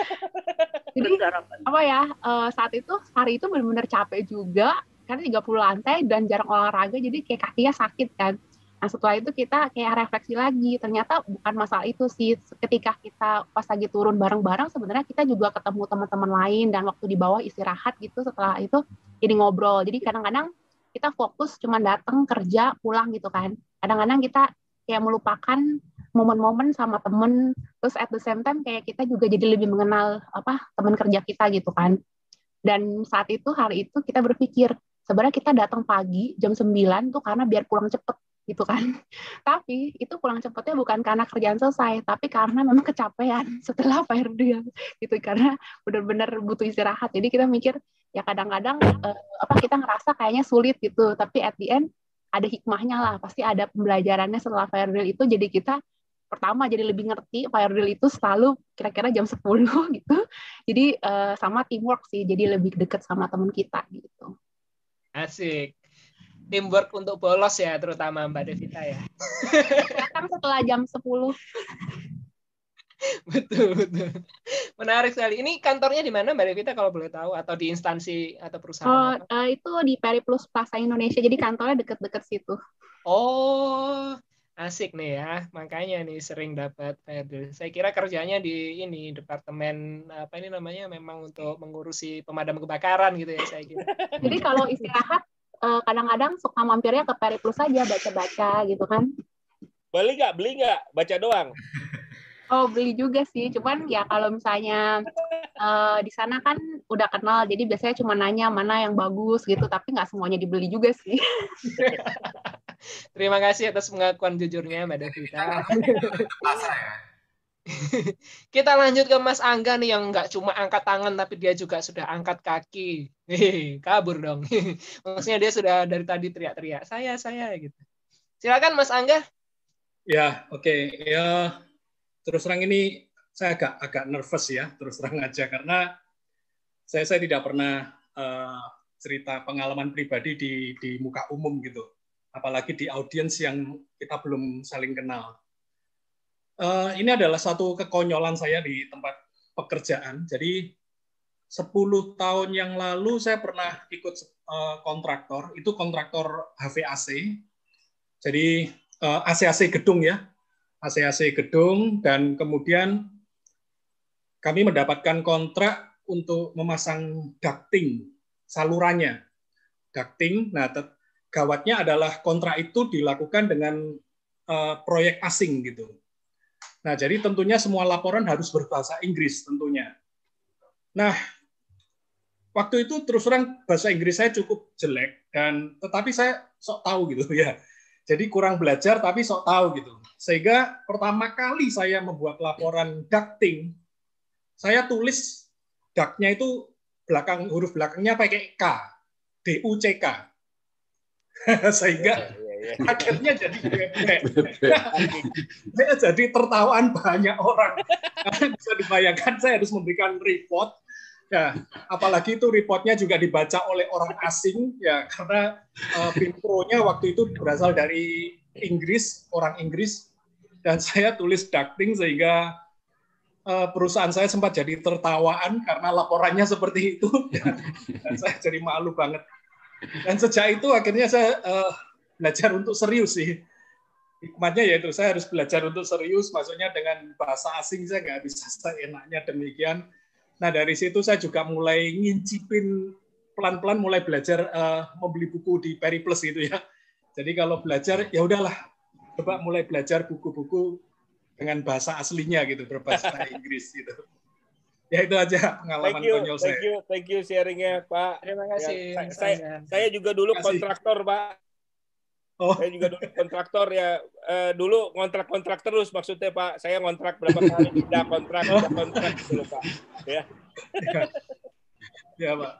Jadi, apa ya, uh, saat itu, hari itu benar-benar capek juga, karena tiga puluh lantai dan jarang olahraga, jadi kayak kakinya sakit kan. Nah, setelah itu kita kayak refleksi lagi, ternyata bukan masalah itu sih, ketika kita pas lagi turun bareng-bareng, sebenarnya kita juga ketemu teman-teman lain, dan waktu di bawah istirahat gitu, setelah itu jadi ngobrol. Jadi kadang-kadang kita fokus cuma datang, kerja, pulang gitu kan. Kadang-kadang kita kayak melupakan momen-momen sama temen, terus at the same time kayak kita juga jadi lebih mengenal apa teman kerja kita gitu kan. Dan saat itu, hari itu kita berpikir, sebenarnya kita datang pagi, jam sembilan tuh karena biar pulang cepet, gitu kan. Tapi itu pulang cepetnya bukan karena kerjaan selesai, tapi karena memang kecapean setelah fire drill gitu, karena benar-benar butuh istirahat. Jadi kita mikir ya kadang-kadang eh, apa kita ngerasa kayaknya sulit gitu, tapi at the end ada hikmahnya lah, pasti ada pembelajarannya setelah fire drill itu. Jadi kita pertama jadi lebih ngerti fire drill itu selalu kira-kira jam sepuluh gitu. Jadi eh, sama teamwork sih, jadi lebih dekat sama teman kita gitu. Asik. Teamwork untuk bolos ya, terutama Mbak Devita ya. Datang setelah jam sepuluh. Betul, betul. Menarik sekali. Ini kantornya di mana Mbak Devita kalau boleh tahu, atau di instansi atau perusahaan Oh, apa? uh, itu di Periplus Plaza Indonesia, jadi kantornya deket-deket situ. Oh, asik nih ya. Makanya nih sering dapat P R D. Saya kira kerjanya di ini departemen apa ini namanya, memang untuk mengurusi pemadam kebakaran gitu ya saya kira. Jadi kalau istirahat uh, kadang-kadang suka mampirnya ke Periplus aja baca-baca gitu kan. Beli nggak? Beli nggak? Baca doang. Oh, beli juga sih. Cuman ya kalau misalnya uh, di sana kan udah kenal, jadi biasanya cuma nanya mana yang bagus gitu, tapi nggak semuanya dibeli juga sih. Terima kasih atas pengakuan jujurnya Mbak Devita. Kita lanjut ke Mas Angga nih, yang nggak cuma angkat tangan tapi dia juga sudah angkat kaki. Hehe, kabur dong. Maksudnya dia sudah dari tadi teriak-teriak, saya, saya gitu. Silakan Mas Angga. Ya, oke. Okay. Ya, terus terang ini saya agak agak nervous ya, terus terang aja, karena saya saya tidak pernah uh, cerita pengalaman pribadi di di muka umum gitu, apalagi di audiens yang kita belum saling kenal. Uh, ini adalah satu kekonyolan saya di tempat pekerjaan. Jadi sepuluh tahun yang lalu saya pernah ikut uh, kontraktor, itu kontraktor H V A C. Jadi uh, A C A C gedung ya, A C A C gedung, dan kemudian kami mendapatkan kontrak untuk memasang ducting, salurannya. Ducting, nah gawatnya adalah kontrak itu dilakukan dengan uh, proyek asing gitu. Nah, jadi tentunya semua laporan harus berbahasa Inggris tentunya. Nah, waktu itu terus terang bahasa Inggris saya cukup jelek, dan tetapi saya sok tahu gitu ya. Jadi kurang belajar tapi sok tahu gitu. Sehingga pertama kali saya membuat laporan ducting, saya tulis duct-nya itu belakang huruf belakangnya pakai K, D U C K. Sehingga akhirnya jadi saya jadi tertawaan banyak orang. Karena bisa dibayangkan saya harus memberikan report. Ya, apalagi itu reportnya juga dibaca oleh orang asing ya, karena uh, Pinpro-nya waktu itu berasal dari Inggris, orang Inggris, dan saya tulis ducting sehingga uh, perusahaan saya sempat jadi tertawaan karena laporannya seperti itu, dan, dan saya jadi malu banget. Dan sejak itu akhirnya saya uh, belajar untuk serius sih. Hikmatnya yaitu saya harus belajar untuk serius, maksudnya dengan bahasa asing saya nggak bisa seenaknya demikian. Nah, dari situ saya juga mulai ngincipin pelan-pelan, mulai belajar uh, membeli buku di Periplus gitu ya. Jadi kalau belajar ya udahlah, coba mulai belajar buku-buku dengan bahasa aslinya gitu, berbahasa Inggris gitu. Ya itu aja pengalaman thank you, konyol thank saya. You, thank you sharingnya Pak. Terima kasih. Ya, saya, saya juga dulu kontraktor Pak. Oh. Saya juga dulu kontraktor ya. Uh, dulu kontrak-kontrak terus maksudnya Pak. Saya kontrak berapa kali pindah kontrak, pindah kontrak dulu Pak. Ya. Ya Pak.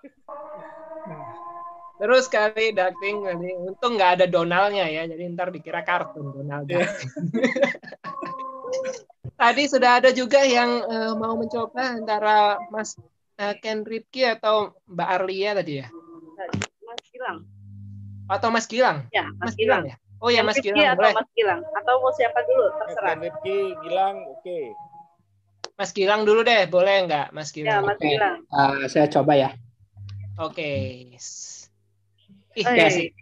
Terus kali ducting, untung nggak ada Donaldnya ya. Jadi ntar dikira kartun Donald. Ya. Tadi sudah ada juga yang uh, mau mencoba antara Mas uh, Ken Ripki atau Mbak Arlia tadi ya? Mas Gilang. Atau Mas Gilang? Ya, Mas, Mas Gilang. Gilang ya? Oh ya, Mas Ripki Gilang atau boleh. Mas Gilang. Atau mau siapa dulu? Terserah. Ripki, Gilang, oke. Okay. Mas Gilang dulu deh, boleh nggak Mas Gilang? Ya, Mas okay. Gilang. Uh, saya coba ya. Oke. Okay. Ih, ya sih.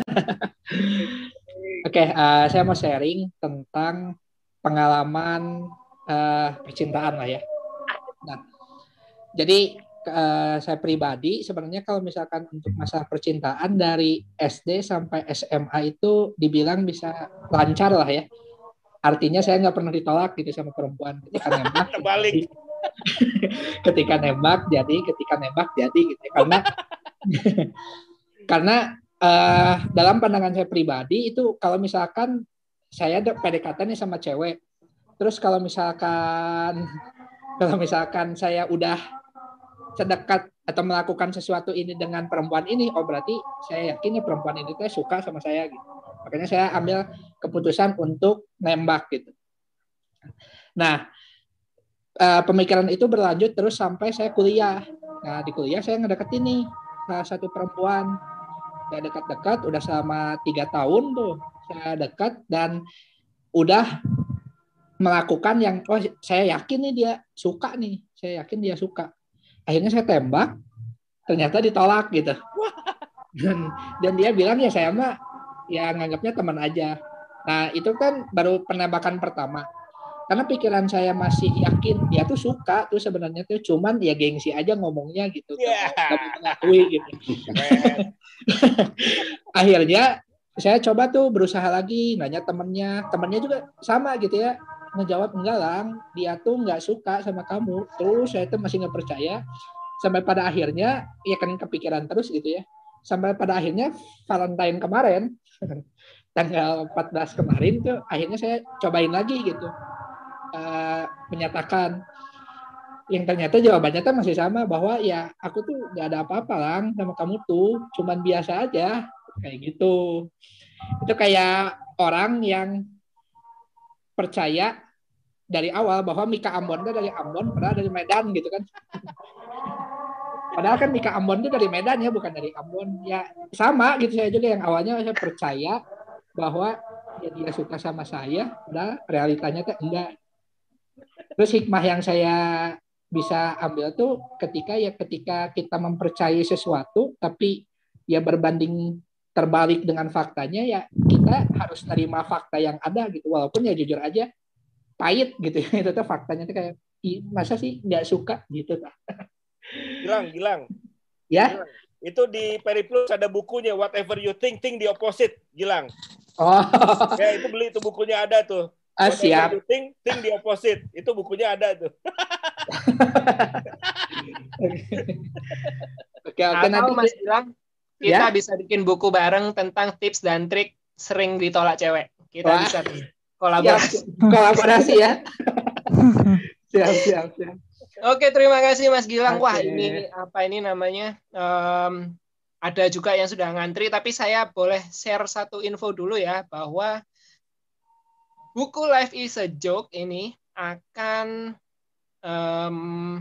Oke, okay, uh, saya mau sharing tentang pengalaman uh, percintaan lah ya. Nah, jadi uh, saya pribadi sebenarnya kalau misalkan untuk masalah percintaan dari S D sampai S M A itu dibilang bisa lancar lah ya. Artinya saya nggak pernah ditolak gitu sama perempuan ketika nembak. Terbalik. Ketika nembak jadi, ketika nembak jadi gitu. Karena karena uh, dalam pandangan saya pribadi itu kalau misalkan saya ada P D K T nih sama cewek. Terus kalau misalkan kalau misalkan saya udah sedekat atau melakukan sesuatu ini dengan perempuan ini, oh berarti saya yakin ya perempuan ini tuh suka sama saya gitu. Makanya saya ambil keputusan untuk nembak gitu. Nah, pemikiran itu berlanjut terus sampai saya kuliah. Nah, di kuliah saya ngedeketin nih salah satu perempuan. Udah dekat-dekat, udah selama tiga tahun tuh saya dekat dan udah melakukan yang oh saya yakin nih dia suka nih, saya yakin dia suka. Akhirnya saya tembak, ternyata ditolak gitu. Dan, dan dia bilang ya saya mah ya nganggapnya teman aja. Nah itu kan baru penembakan pertama. Karena pikiran saya masih yakin dia tuh suka tuh sebenarnya tuh, cuman ya gengsi aja ngomongnya gitu, Yeah. nggak mau mengakui gitu. Akhirnya saya coba tuh berusaha lagi nanya temennya, temennya juga sama gitu ya, ngejawab enggak lang, dia tuh nggak suka sama kamu. Terus saya tuh masih nggak percaya, sampai pada akhirnya ya kan kepikiran terus gitu ya, sampai pada akhirnya Valentine kemarin tanggal empat belas kemarin tuh akhirnya saya cobain lagi gitu. Uh, menyatakan yang ternyata jawabannya tuh masih sama bahwa ya aku tuh nggak ada apa-apa lang sama kamu tuh, cuman biasa aja kayak gitu. Itu kayak orang yang percaya dari awal bahwa Mika Ambon itu dari Ambon padahal dari Medan gitu kan. Padahal kan Mika Ambon itu dari Medan ya, bukan dari Ambon. Ya sama gitu, saya juga yang awalnya saya percaya bahwa ya dia suka sama saya, padahal realitanya tuh enggak. Terus hikmah yang saya bisa ambil tuh ketika ya ketika kita mempercayai sesuatu tapi ya berbanding terbalik dengan faktanya, ya kita harus nerima fakta yang ada gitu, walaupun ya jujur aja pahit gitu ya. Itu tuh faktanya tuh kayak masa sih nggak suka gitu. Gilang, Gilang. Ya. Gilang. Itu di Periplus ada bukunya Whatever You Think, Think the Opposite, Gilang. Oh. Ya itu beli itu bukunya ada tuh. Ah, siap. You think, think the opposite. Itu bukunya ada tuh. Oke, oke, nanti Mas bilang kita ya? bisa bikin buku bareng tentang tips dan trik sering ditolak cewek. Kita Wah. bisa kolaborasi. Kolaborasi ya. Siap, siap, siap. Oke, terima kasih Mas Gilang. Oke. Wah, ini apa ini namanya? Um, ada juga yang sudah ngantri, tapi saya boleh share satu info dulu ya, bahwa buku Life is a Joke ini akan um,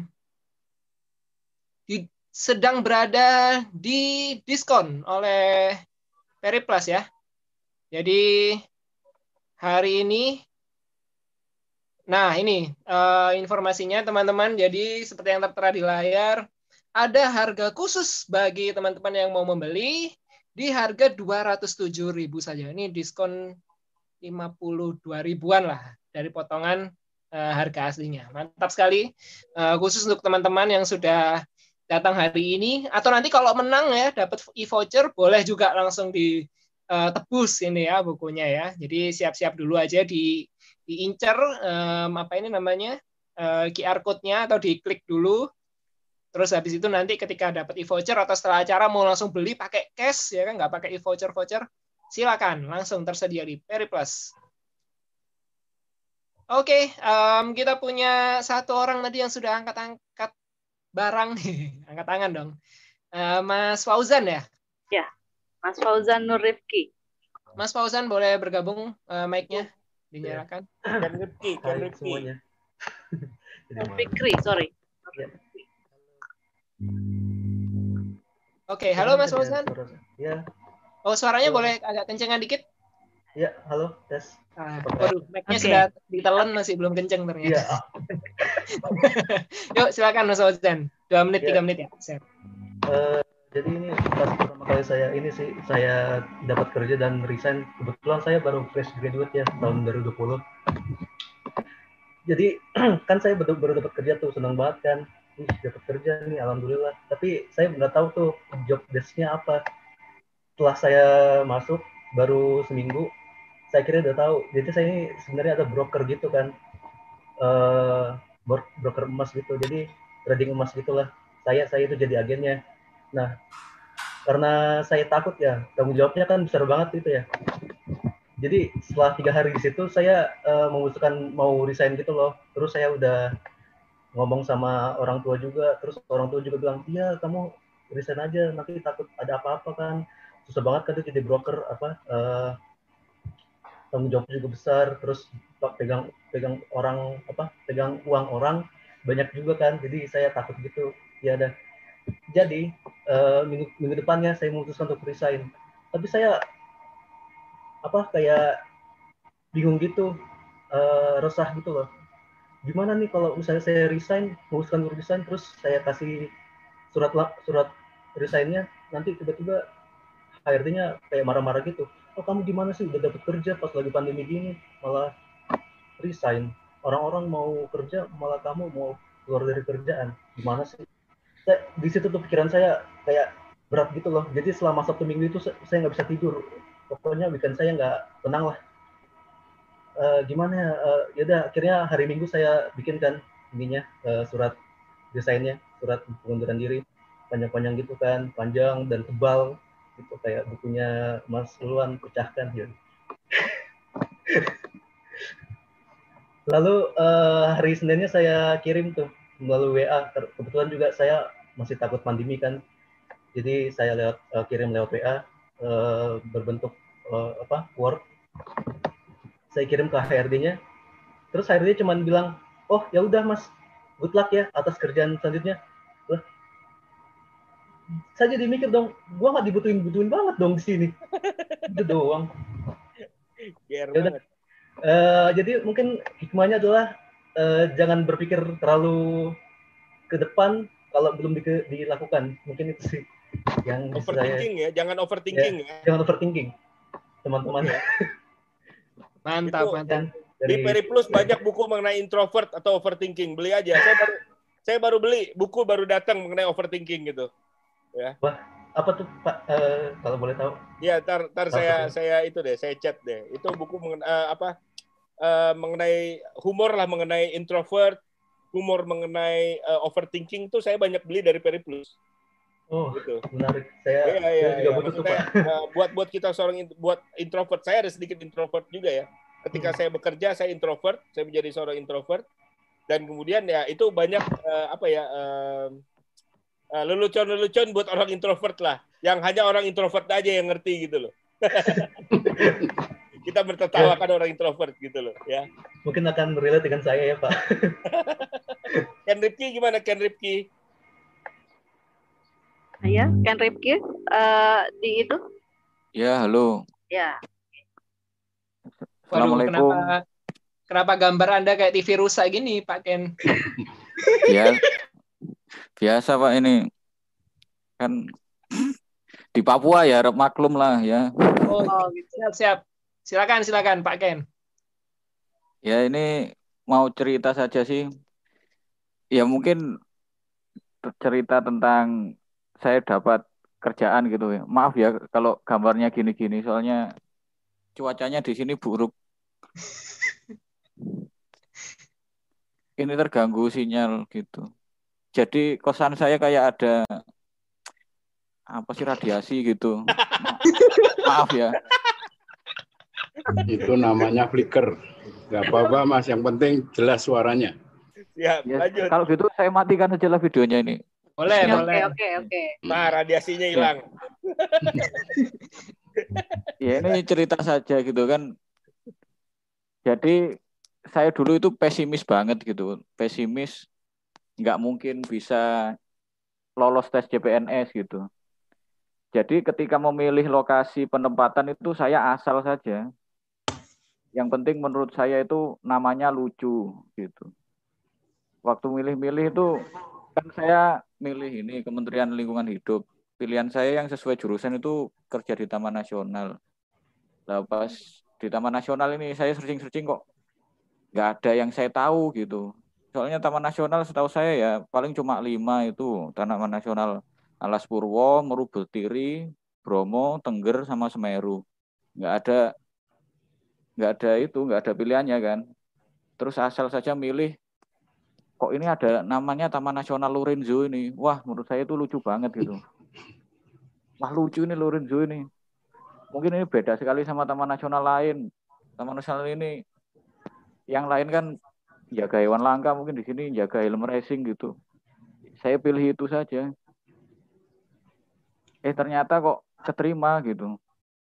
di, sedang berada di diskon oleh Periplus ya. Jadi hari ini, nah ini uh, informasinya teman-teman. Jadi seperti yang tertera di layar, ada harga khusus bagi teman-teman yang mau membeli di harga dua ratus tujuh ribu saja. Ini diskon lima puluh dua ribuan lah dari potongan uh, harga aslinya. Mantap sekali. Uh, khusus untuk teman-teman yang sudah datang hari ini, atau nanti kalau menang ya dapat e-voucher, boleh juga langsung ditebus uh, ini ya bukunya ya. Jadi siap-siap dulu aja di diincer um, apa ini namanya uh, Q R code-nya atau diklik dulu. Terus habis itu nanti ketika dapat e-voucher atau setelah acara mau langsung beli pakai cash ya kan, nggak pakai e-voucher voucher, silakan langsung tersedia di Periplus. Oke, um, kita punya satu orang tadi yang sudah angkat-angkat barang nih, angkat tangan dong. Uh, Mas Fauzan ya? Ya, Mas Fauzan Nur Rifki. Mas Fauzan boleh bergabung, uh, mic-nya dinyalakan. Kan Rifki, kan Rifki. Fikri, sorry. Oke, halo Mas Fauzan. Ya. Oh, suaranya halo. Boleh agak kencengan dikit? Ya, halo, tes. Ah, waduh, mic-nya okay. Sudah ditelan masih belum kenceng ternyata. Iya. Yuk, silakan Mas Fauzan. Dua menit, tiga ya. menit ya. Uh, jadi ini pas pertama kali saya ini sih, saya dapat kerja dan resign. Kebetulan saya baru fresh graduate ya, tahun dua ribu dua puluh. Jadi, kan saya baru, baru dapat kerja tuh, senang banget kan. Wih, dapat kerja nih, alhamdulillah. Tapi saya nggak tahu tuh job desk-nya apa. Setelah saya masuk baru seminggu, saya kira udah tahu. Jadi saya ini sebenarnya ada broker gitu kan, uh, broker emas gitu. Jadi trading emas gitulah. Saya saya itu jadi agennya. Nah, karena saya takut ya, tanggung jawabnya kan besar banget gitu ya. Jadi setelah tiga hari di situ, saya uh, memutuskan mau resign gitu loh. Terus saya udah ngomong sama orang tua juga. Terus orang tua juga bilang, iya kamu resign aja, nanti takut ada apa-apa kan. Susah banget kan tuh jadi broker, apa uh, tanggung jawab juga besar, terus pegang pegang orang apa pegang uang orang banyak juga kan, jadi saya takut gitu ya. Ada jadi uh, minggu, minggu depannya saya memutuskan untuk resign, tapi saya apa kayak bingung gitu, uh, resah gitu loh. Gimana nih kalau misalnya saya resign, memutuskan untuk resign, terus saya kasih surat surat resignnya, nanti tiba-tiba H R D-nya kayak marah-marah gitu. Oh kamu gimana sih udah dapat kerja pas lagi pandemi gini malah resign. Orang-orang mau kerja malah kamu mau keluar dari kerjaan. Gimana sih? Saya, di situ tuh pikiran saya kayak berat gitu loh. Jadi selama Sabtu Minggu itu saya nggak bisa tidur. Pokoknya weekend saya nggak tenang lah. Uh, gimana ya? Uh, yaudah akhirnya hari Minggu saya bikinkan ininya uh, surat desainnya, surat pengunduran diri panjang-panjang gitu kan, panjang dan tebal gitu kayak bukunya Mas Ulwan pecahkan gitu. Lalu uh, hari Seninnya saya kirim tuh melalui W A. Kebetulan juga saya masih takut pandemi kan, jadi saya lewat uh, kirim lewat W A uh, berbentuk uh, apa Word. Saya kirim ke H R D-nya. Terus H R D cuma bilang, oh ya udah Mas, good luck ya atas kerjaan selanjutnya. Lah, saya jadi mikir dong, gua nggak dibutuhin-butuhin banget dong di sini. Itu doang. Ya udah. Uh, jadi mungkin hikmahnya adalah uh, jangan berpikir terlalu ke depan kalau belum di, dilakukan. Mungkin itu sih yang overthinking saya, ya, jangan overthinking ya. ya. Jangan overthinking, teman-teman ya. Mantap, itu, mantap. Dari... Di Periplus banyak buku mengenai introvert atau overthinking. Beli aja. Saya baru saya baru beli buku baru datang mengenai overthinking gitu. Ya. Wah, apa tuh Pak? Uh, kalau boleh tahu? Ya, tar, tar saya saya itu deh, saya chat deh. Itu buku mengenai uh, apa? Uh, mengenai humor lah, mengenai introvert, humor mengenai uh, overthinking itu saya banyak beli dari Periplus. Oh, gitu. Menarik. Saya, ya, saya ya, juga ya. butuh tuh, Pak. Uh, buat buat kita seorang buat introvert, saya ada sedikit introvert juga ya. Ketika hmm. saya bekerja, saya introvert, saya menjadi seorang introvert, dan kemudian ya itu banyak uh, apa ya uh, uh, lelucon-lelucon buat orang introvert lah, yang hanya orang introvert aja yang ngerti gitu loh. Kita bertertawakan ya. Orang introvert gitu loh ya. Mungkin akan relate dengan saya ya Pak. Ken Ripki gimana Ken Ripki? Ya, Ken Ripki uh, di itu? Ya, halo. Ya. Assalamualaikum. Waduh, kenapa, kenapa gambar Anda kayak T V rusak gini, Pak Ken? Ya, biasa Pak ini. Kan di Papua ya, harap maklum lah ya. Oh, gitu. Siap, siap. Silakan, silakan Pak Ken. Ya, ini mau cerita saja sih. Ya mungkin cerita tentang saya dapat kerjaan gitu ya. Maaf ya kalau gambarnya gini-gini, soalnya cuacanya di sini buruk. Ini terganggu sinyal gitu. Jadi kosan saya kayak ada apa sih radiasi gitu. Maaf ya. Itu namanya flicker. Gak apa-apa Mas, yang penting jelas suaranya. Ya, ya, lanjut. Kalau gitu saya matikan saja lah videonya ini. Boleh, ya, boleh. Oke, oke, oke. Nah, radiasinya hilang. Ya ini cerita saja gitu kan. Jadi saya dulu itu pesimis banget gitu. Pesimis nggak mungkin bisa lolos tes C P N S gitu. Jadi ketika memilih lokasi penempatan itu saya asal saja. Yang penting menurut saya itu namanya lucu gitu. Waktu milih-milih itu kan saya milih ini Kementerian Lingkungan Hidup. Pilihan saya yang sesuai jurusan itu kerja di Taman Nasional. Lah pas di Taman Nasional ini saya searching-searching kok nggak ada yang saya tahu gitu. Soalnya Taman Nasional setahu saya ya paling cuma lima itu. Taman Nasional Alas Purwo, Meru Betiri, Bromo, Tengger, sama Semeru. Nggak ada nggak ada itu, nggak ada pilihannya kan. Terus asal saja milih, kok ini ada namanya Taman Nasional Lorenzo ini. Wah, menurut saya itu lucu banget gitu. Wah, lucu ini Lorenzo ini. Mungkin ini beda sekali sama taman nasional lain. Taman nasional ini, yang lain kan jaga hewan langka, mungkin di sini jaga helm racing gitu. Saya pilih itu saja. Eh, ternyata kok keterima gitu.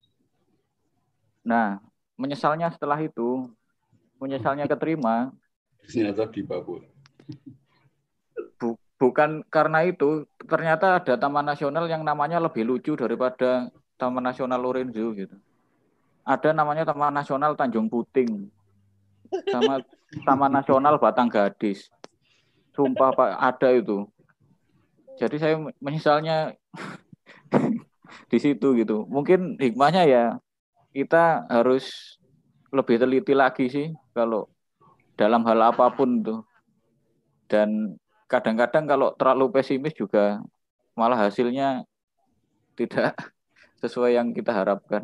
Nah, menyesalnya setelah itu, menyesalnya keterima. Ternyata di Papua. Bu, bukan karena itu, ternyata ada taman nasional yang namanya lebih lucu daripada Taman Nasional Lorenzo gitu. Ada namanya Taman Nasional Tanjung Puting. sama Taman Nasional Batang Gadis. Sumpah Pak, ada itu. Jadi saya menyesalnya di situ gitu. Mungkin hikmahnya ya kita harus lebih teliti lagi sih kalau dalam hal apapun tuh. Dan kadang-kadang kalau terlalu pesimis juga malah hasilnya tidak sesuai yang kita harapkan.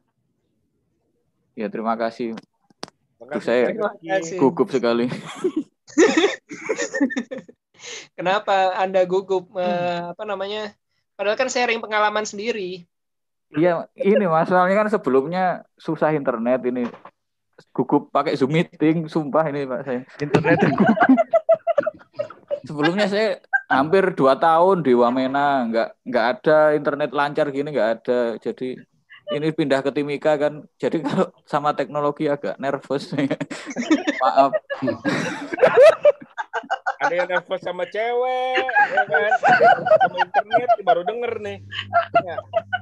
Ya terima kasih. Terima kasih. Saya Terima kasih. gugup sekali. Kenapa Anda gugup? Eh, apa namanya? Padahal kan sharing pengalaman sendiri. Iya, ini masalahnya kan sebelumnya susah internet ini. Gugup pakai Zoom meeting, sumpah ini Pak saya. Internet gugup. Sebelumnya saya hampir dua tahun di Wamena, nggak nggak ada internet lancar gini, nggak ada. Jadi ini pindah ke Timika kan, jadi kalau sama teknologi agak nervous. Maaf. Ada yang nervous sama cewek, ya kan? Sama internet baru denger nih. Ya.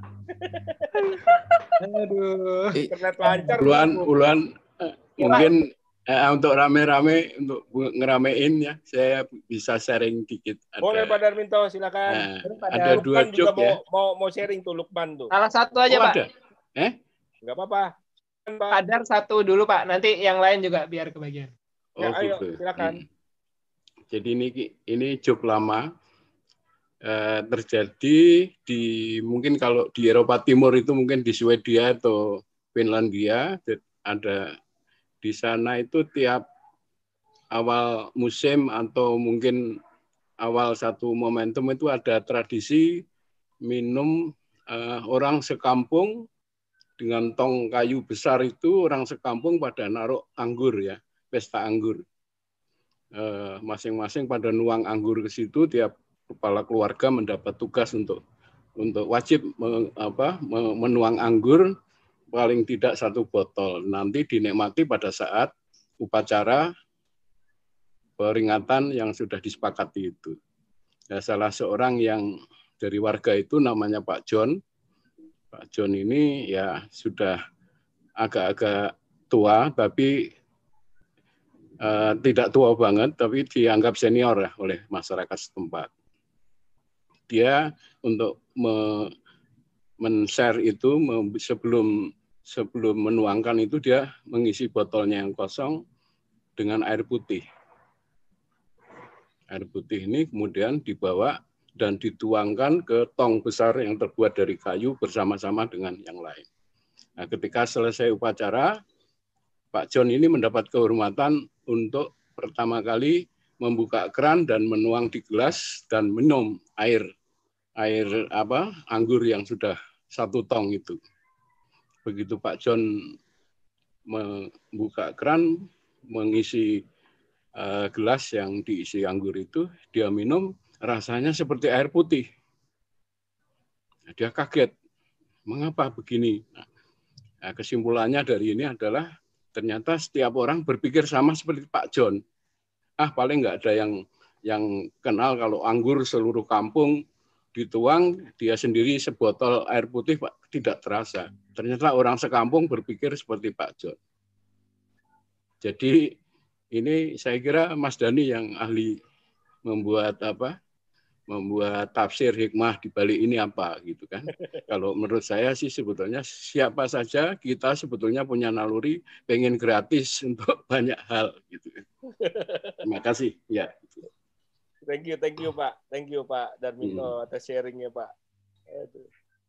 Aduh. Internet lancar. Uluan, uluan mungkin eh, untuk rame-rame untuk ngeramein ya, saya bisa sharing dikit. Ada, boleh Pak Darminto, silakan. Nah, ada ada Lukman dua juga joke mau, ya. mau mau sharing tuh Lukman tuh. Salah satu aja Oh, Pak. ada? Eh? Enggak apa-apa. Pak Dar satu dulu Pak, nanti yang lain juga biar kebagian. Oh, Ya, ayo gitu. silakan. Hmm. Jadi ini ini joke lama. Eh, terjadi di mungkin kalau di Eropa Timur itu mungkin di Swedia atau Finlandia ada di sana itu tiap awal musim atau mungkin awal satu momentum itu ada tradisi minum eh, orang sekampung dengan tong kayu besar itu orang sekampung pada naruh anggur ya, pesta anggur. Eh, masing-masing pada nuang anggur ke situ, tiap kepala keluarga mendapat tugas untuk untuk wajib me, apa, me, menuang anggur paling tidak satu botol. Nanti dinikmati pada saat upacara peringatan yang sudah disepakati itu. Ya, salah seorang yang dari warga itu namanya Pak John. Pak John ini ya sudah agak-agak tua, tapi uh, tidak tua banget, tapi dianggap senior ya oleh masyarakat setempat. Dia untuk me, men-share itu me, sebelum sebelum menuangkan itu dia mengisi botolnya yang kosong dengan air putih. Air putih ini kemudian dibawa dan dituangkan ke tong besar yang terbuat dari kayu bersama-sama dengan yang lain. Nah, ketika selesai upacara, Pak John ini mendapat kehormatan untuk pertama kali membuka keran dan menuang di gelas dan minum air air apa anggur yang sudah satu tong itu. Begitu Pak John membuka keran, mengisi uh, gelas yang diisi anggur itu, dia minum, rasanya seperti air putih. Nah, dia kaget, mengapa begini? Nah, kesimpulannya dari ini adalah ternyata setiap orang berpikir sama seperti Pak John. Ah, paling nggak ada yang yang kenal kalau anggur seluruh kampung dituang, dia sendiri sebotol air putih Pak, tidak terasa. Ternyata orang sekampung berpikir seperti Pak John. Jadi ini saya kira Mas Dhani yang ahli membuat apa? Membuat tafsir hikmah di balik ini apa gitu kan. Kalau menurut saya sih sebetulnya siapa saja kita sebetulnya punya naluri pengen gratis untuk banyak hal gitu. Terima kasih ya. Thank you, thank you Pak, thank you Pak Darminto hmm. atas sharingnya Pak. Aduh.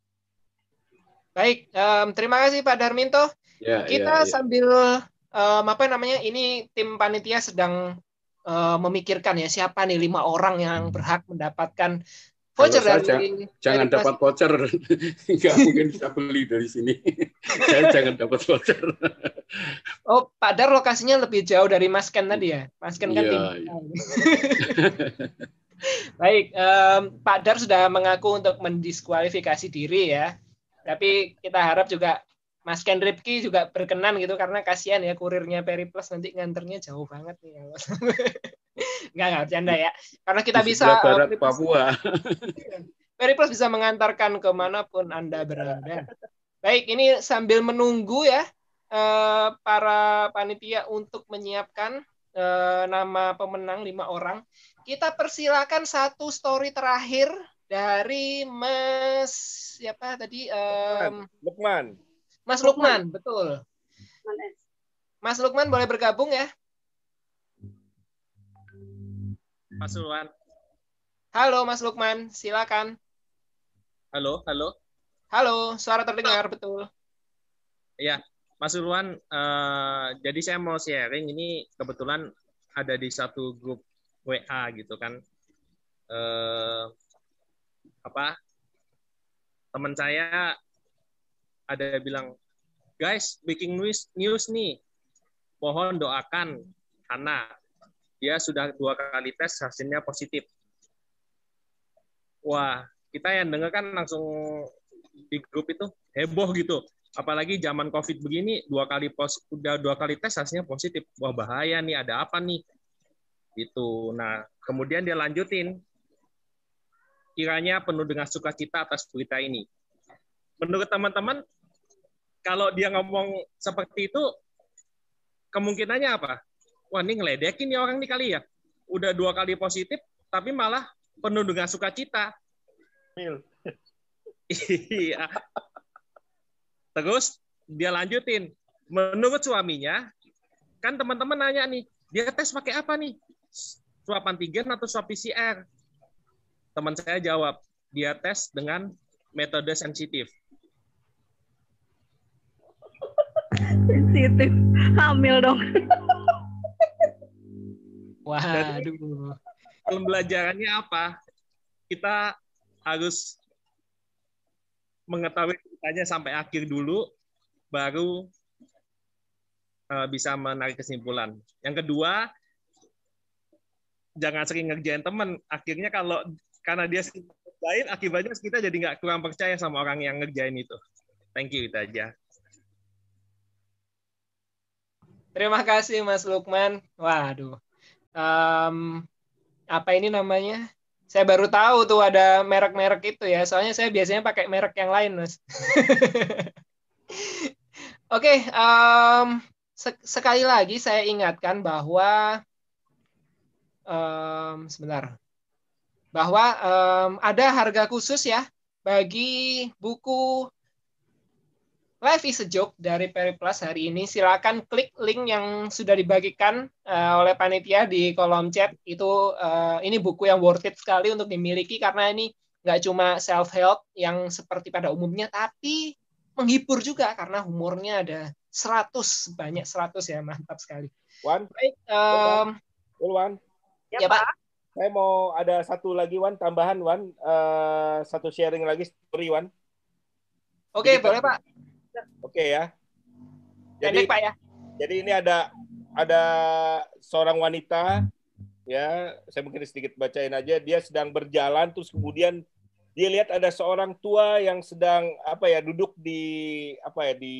Baik, um, terima kasih Pak Darminto. Ya, Kita ya, ya. sambil um, apa namanya ini tim panitia sedang uh, memikirkan ya siapa nih lima orang yang berhak mendapatkan voucher saya dari jangan, jangan dari dapat voucher, nggak mungkin bisa beli dari sini. Saya jangan dapat voucher. Oh, Pak Dar lokasinya lebih jauh dari Mas Ken tadi ya? Mas Ken kan Iya, tim. iya. Baik, um, Pak Dar sudah mengaku untuk mendiskualifikasi diri ya. Tapi kita harap juga Mas Ken Ripki juga berkenan gitu karena kasihan ya kurirnya Periplus nanti nganternya jauh banget nih. Enggak, enggak bercanda ya. Karena kita Di bisa barat uh, Papua. Periplus bisa mengantarkan kemanapun Anda berada. Baik, ini sambil menunggu ya eh, para panitia untuk menyiapkan eh, nama pemenang lima orang. Kita persilakan satu story terakhir dari Mas siapa tadi? Um, Lukman. Mas Lukman, betul. Mas Lukman boleh bergabung ya? Mas Ulwan. Halo Mas Lukman, silakan. Halo, halo. Halo, suara terdengar betul. Iya, Mas Ulwan. Uh, jadi saya mau sharing ini kebetulan ada di satu grup W A gitu kan. Uh, apa? Teman saya ada bilang, guys, breaking news, news nih. Mohon doakan Hana. Dia sudah dua kali tes, hasilnya positif. Wah, kita yang dengar kan langsung di grup itu heboh gitu. Apalagi zaman COVID begini, dua kali pos, udah dua kali tes hasilnya positif. Wah, bahaya nih, ada apa nih? Gitu. Nah, kemudian dia lanjutin. Kiranya penuh dengan sukacita atas berita ini. Menurut teman-teman, kalau dia ngomong seperti itu, kemungkinannya apa? Wah, ini ngeledekin nih orang nih kali ya. Udah dua kali positif, tapi malah penuh dengan sukacita. Iya. Terus dia lanjutin. Menurut suaminya, kan teman-teman nanya nih, dia tes pakai apa nih? Swab antigen atau swab P C R? Teman saya jawab, dia tes dengan metode sensitif. Sensitif. Hamil dong. Waduh. Pembelajarannya apa? Kita harus mengetahui ceritanya sampai akhir dulu, baru uh, bisa menarik kesimpulan. Yang kedua, jangan sering ngerjain teman. Akhirnya kalau karena dia lain, akibatnya kita jadi nggak kurang percaya sama orang yang ngerjain itu. Thank you, itu aja. Terima kasih Mas Lukman. Waduh. Um, apa ini namanya? Saya baru tahu tuh ada merek-merek itu ya. Soalnya saya biasanya pakai merek yang lain, Mas. Oke, okay, um, se- sekali lagi saya ingatkan bahwa um, sebentar. Bahwa um, ada harga khusus ya bagi buku Life is a Joke dari Periplus hari ini. Silakan klik link yang sudah dibagikan uh, oleh panitia di kolom chat. Itu uh, ini buku yang worth it sekali untuk dimiliki karena ini nggak cuma self help yang seperti pada umumnya, tapi menghibur juga karena humornya ada seratus, banyak seratus ya, mantap sekali. Wan, baik. Um, Wan. Ya, ya Pak. Saya mau ada satu lagi Wan, tambahan Wan, uh, satu sharing lagi story Wan. Oke, okay, boleh Pak. Oke okay, ya. Jadi, Pendek, Pak ya. Jadi ini ada ada seorang wanita ya, saya mungkin sedikit bacain aja. Dia sedang berjalan terus kemudian dia lihat ada seorang tua yang sedang apa ya duduk di apa ya di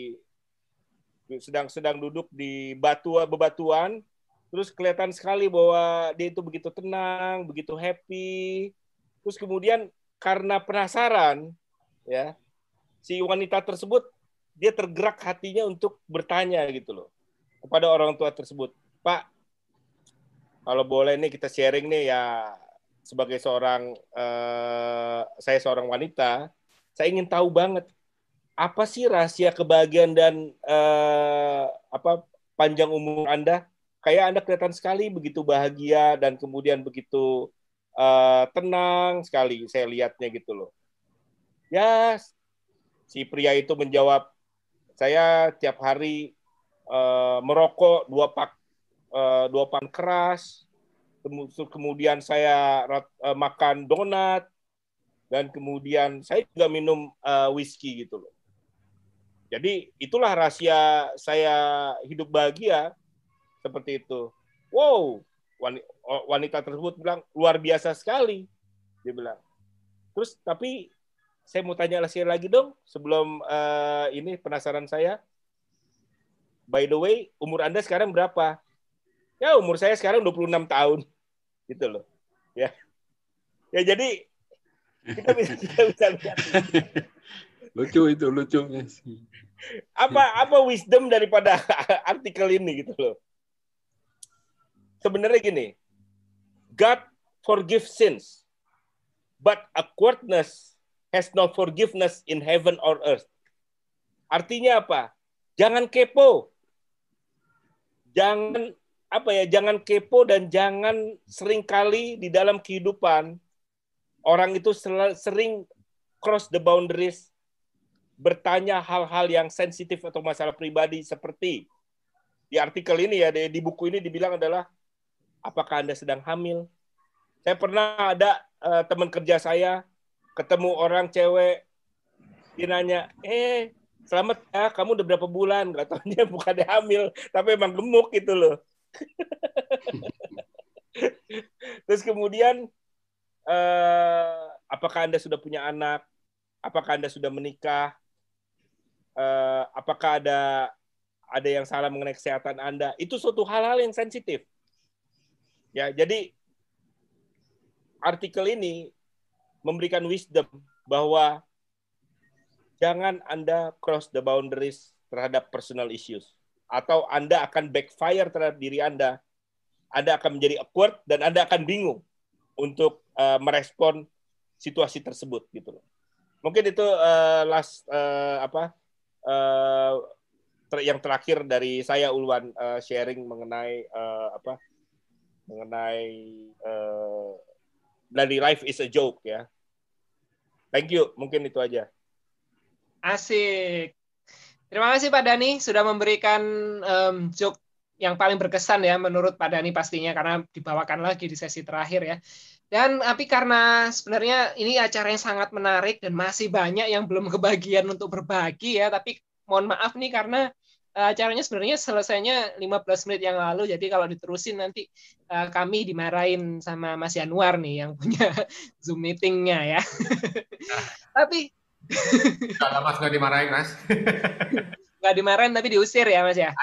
sedang sedang duduk di batu bebatuan. Terus kelihatan sekali bahwa dia itu begitu tenang, begitu happy. Terus kemudian karena penasaran ya, si wanita tersebut dia tergerak hatinya untuk bertanya gitu loh kepada orang tua tersebut, Pak, kalau boleh nih kita sharing nih ya, sebagai seorang eh, saya seorang wanita, saya ingin tahu banget apa sih rahasia kebahagiaan dan eh, apa panjang umur Anda? Kayak Anda kelihatan sekali begitu bahagia dan kemudian begitu eh, tenang sekali saya lihatnya gitu loh. Ya, si pria itu menjawab, saya tiap hari uh, merokok dua pak uh, dua pan keras, kemudian saya uh, makan donat, dan kemudian saya juga minum uh, whisky gitu loh. Jadi itulah rahasia saya hidup bahagia seperti itu. Wow, wanita tersebut bilang luar biasa sekali, dia bilang. Terus tapi saya mau tanya lagi dong, sebelum uh, ini penasaran saya. By the way, umur Anda sekarang berapa? Ya, umur saya sekarang dua puluh enam tahun. Gitu loh. Ya. Ya jadi kita bisa, kita bisa lihat. Lucu itu, lucu. Apa apa wisdom daripada artikel ini gitu loh. Sebenarnya gini, God forgive sins, but awkwardness has no forgiveness in heaven or earth. Artinya apa? Jangan kepo. Jangan apa ya? Jangan kepo dan jangan seringkali di dalam kehidupan orang itu sering cross the boundaries, bertanya hal-hal yang sensitif atau masalah pribadi seperti di artikel ini ya, di, di buku ini dibilang adalah apakah Anda sedang hamil? Saya pernah ada uh, teman kerja saya ketemu orang cewek, dia nanya, eh selamat ya, kamu udah berapa bulan? Gak tahu dia bukan dia hamil, tapi emang gemuk gitu loh. Terus kemudian, uh, apakah Anda sudah punya anak? Apakah Anda sudah menikah? Uh, apakah ada ada yang salah mengenai kesehatan Anda? Itu suatu hal-hal yang sensitif. Ya, jadi artikel ini memberikan wisdom bahwa jangan Anda cross the boundaries terhadap personal issues, atau Anda akan backfire terhadap diri Anda. Anda akan menjadi awkward dan Anda akan bingung untuk uh, merespon situasi tersebut gitu loh. Mungkin itu uh, last uh, apa uh, ter yang terakhir dari saya, Ulwan, uh, sharing mengenai uh, apa mengenai uh, dari life is a joke ya. Thank you, mungkin itu aja. Asik. Terima kasih Pak Dhani sudah memberikan um, joke yang paling berkesan ya menurut Pak Dhani pastinya, karena dibawakan lagi di sesi terakhir ya. Dan tapi karena sebenarnya ini acara yang sangat menarik dan masih banyak yang belum kebagian untuk berbagi ya, tapi mohon maaf nih karena uh, acaranya sebenarnya selesainya lima belas menit yang lalu, jadi kalau diterusin nanti uh, kami dimarahin sama Mas Yanuar nih yang punya Zoom meeting-nya ya. Nah. Tapi kalau Mas nggak dimarahin, Mas. Nggak dimarahin tapi diusir ya, Mas ya.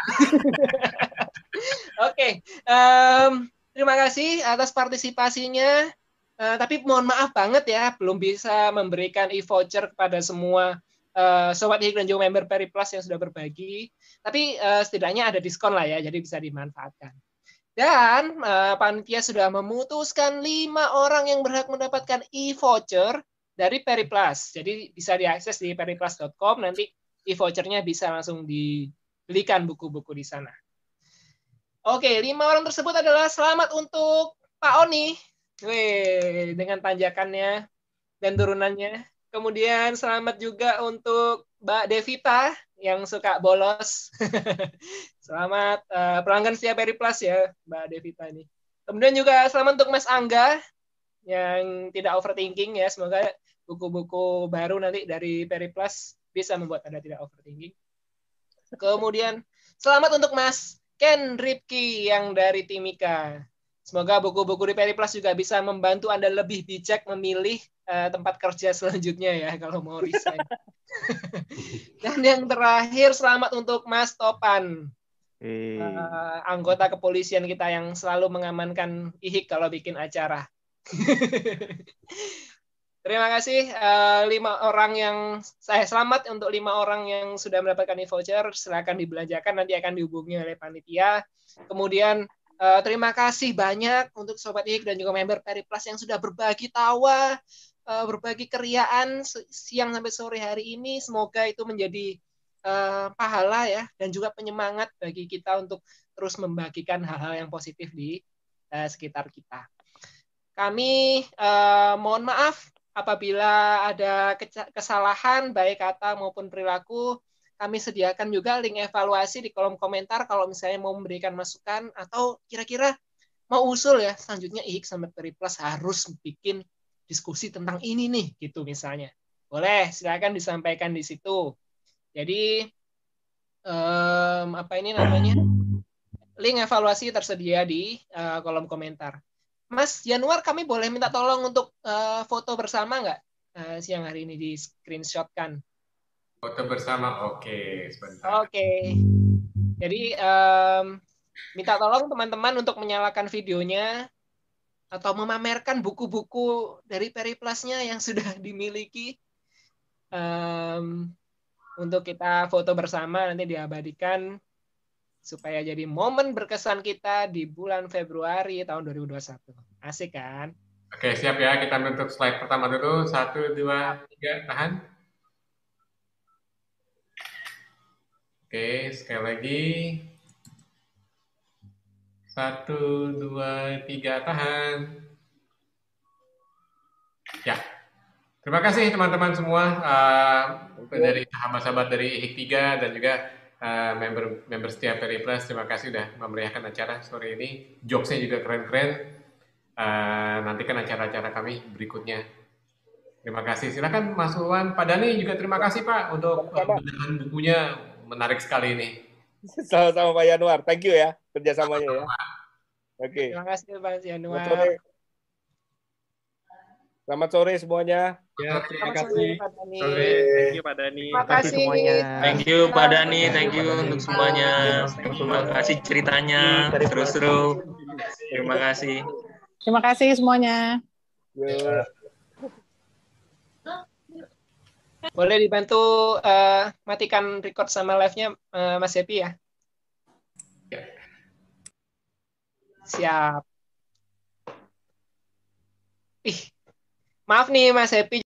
Oke, okay. um, terima kasih atas partisipasinya. Uh, tapi mohon maaf banget ya, belum bisa memberikan e-voucher kepada semua uh, Sobat Hik dan juga member Peri Plus yang sudah berbagi. Tapi uh, setidaknya ada diskon lah ya, jadi bisa dimanfaatkan. Dan uh, panitia sudah memutuskan lima orang yang berhak mendapatkan e-voucher dari Peri Plus. Jadi bisa diakses di periplus dot com, nanti e-vouchernya bisa langsung dibelikan buku-buku di sana. Oke, lima orang tersebut adalah selamat untuk Pak Oni, weh, dengan tanjakannya dan turunannya. Kemudian selamat juga untuk Mbak Devita yang suka bolos. Selamat uh, pelanggan setia Peri Plus ya, Mbak Devita ini. Kemudian juga selamat untuk Mas Angga yang tidak overthinking ya. Semoga buku-buku baru nanti dari Peri Plus bisa membuat Anda tidak overthinking. Kemudian selamat untuk Mas Ken Ripki yang dari Timika. Semoga buku-buku di Peri Plus juga bisa membantu Anda lebih bijak memilih uh, tempat kerja selanjutnya ya kalau mau resign. Dan yang terakhir selamat untuk Mas Topan, hey. uh, anggota kepolisian kita yang selalu mengamankan I H I K kalau bikin acara. Terima kasih uh, lima orang yang saya selamat untuk lima orang yang sudah mendapatkan e-voucher. Silakan dibelanjakan, nanti akan dihubungi oleh panitia. Kemudian uh, terima kasih banyak untuk Sobat I H I K dan juga member Peri Plus yang sudah berbagi tawa, uh, berbagi keriaan siang sampai sore hari ini. Semoga itu menjadi uh, pahala ya dan juga penyemangat bagi kita untuk terus membagikan hal-hal yang positif di uh, sekitar kita. Kami uh, mohon maaf apabila ada kesalahan baik kata maupun perilaku. Kami sediakan juga link evaluasi di kolom komentar kalau misalnya mau memberikan masukan atau kira-kira mau usul ya selanjutnya I H I K sama Peri Plus harus bikin diskusi tentang ini nih gitu misalnya. Boleh, silakan disampaikan di situ. Jadi um, apa ini namanya? Link evaluasi tersedia di uh, kolom komentar. Mas Yanuar, kami boleh minta tolong untuk uh, foto bersama nggak uh, siang hari ini di screenshotkan? Foto bersama, oke. Okay. Oke. Okay. Jadi um, minta tolong teman-teman untuk menyalakan videonya atau memamerkan buku-buku dari Peri Plus-nya yang sudah dimiliki. um, untuk kita foto bersama nanti diabadikan supaya jadi momen berkesan kita di bulan Februari tahun dua ribu dua puluh satu. Asik kan? Oke, siap ya. Kita bentuk slide pertama dulu. Satu, dua, tiga, tahan. Oke, sekali lagi. Satu, dua, tiga, tahan. Ya, terima kasih teman-teman semua uh, dari sahabat-sahabat dari I H I K tiga dan juga uh, member member setia Periplus. Terima kasih sudah memeriahkan acara sore ini. Jokesnya juga keren-keren. Uh, nantikan acara-acara kami berikutnya. Terima kasih. Silakan Mas Ulwan. Pak Dani juga terima kasih Pak untuk pembenahan bukunya, menarik sekali ini. Sama-sama Pak Yanuar. Thank you ya kerjasamanya ya. Oke. Terima kasih Pak Yanuar. Selamat sore. Selamat sore semuanya. Ya, terima Selamat kasih. sore, Pak Dani. Sore. Thank you Pak Dani. Terima kasih semuanya. Thank you Pak Dani, thank you untuk semuanya. Terima kasih ceritanya, seru-seru. Terima kasih. Terima kasih semuanya. Boleh dibantu uh, matikan record sama live-nya uh, Mas Happy ya? Siap. Ih, maaf nih Mas Happy.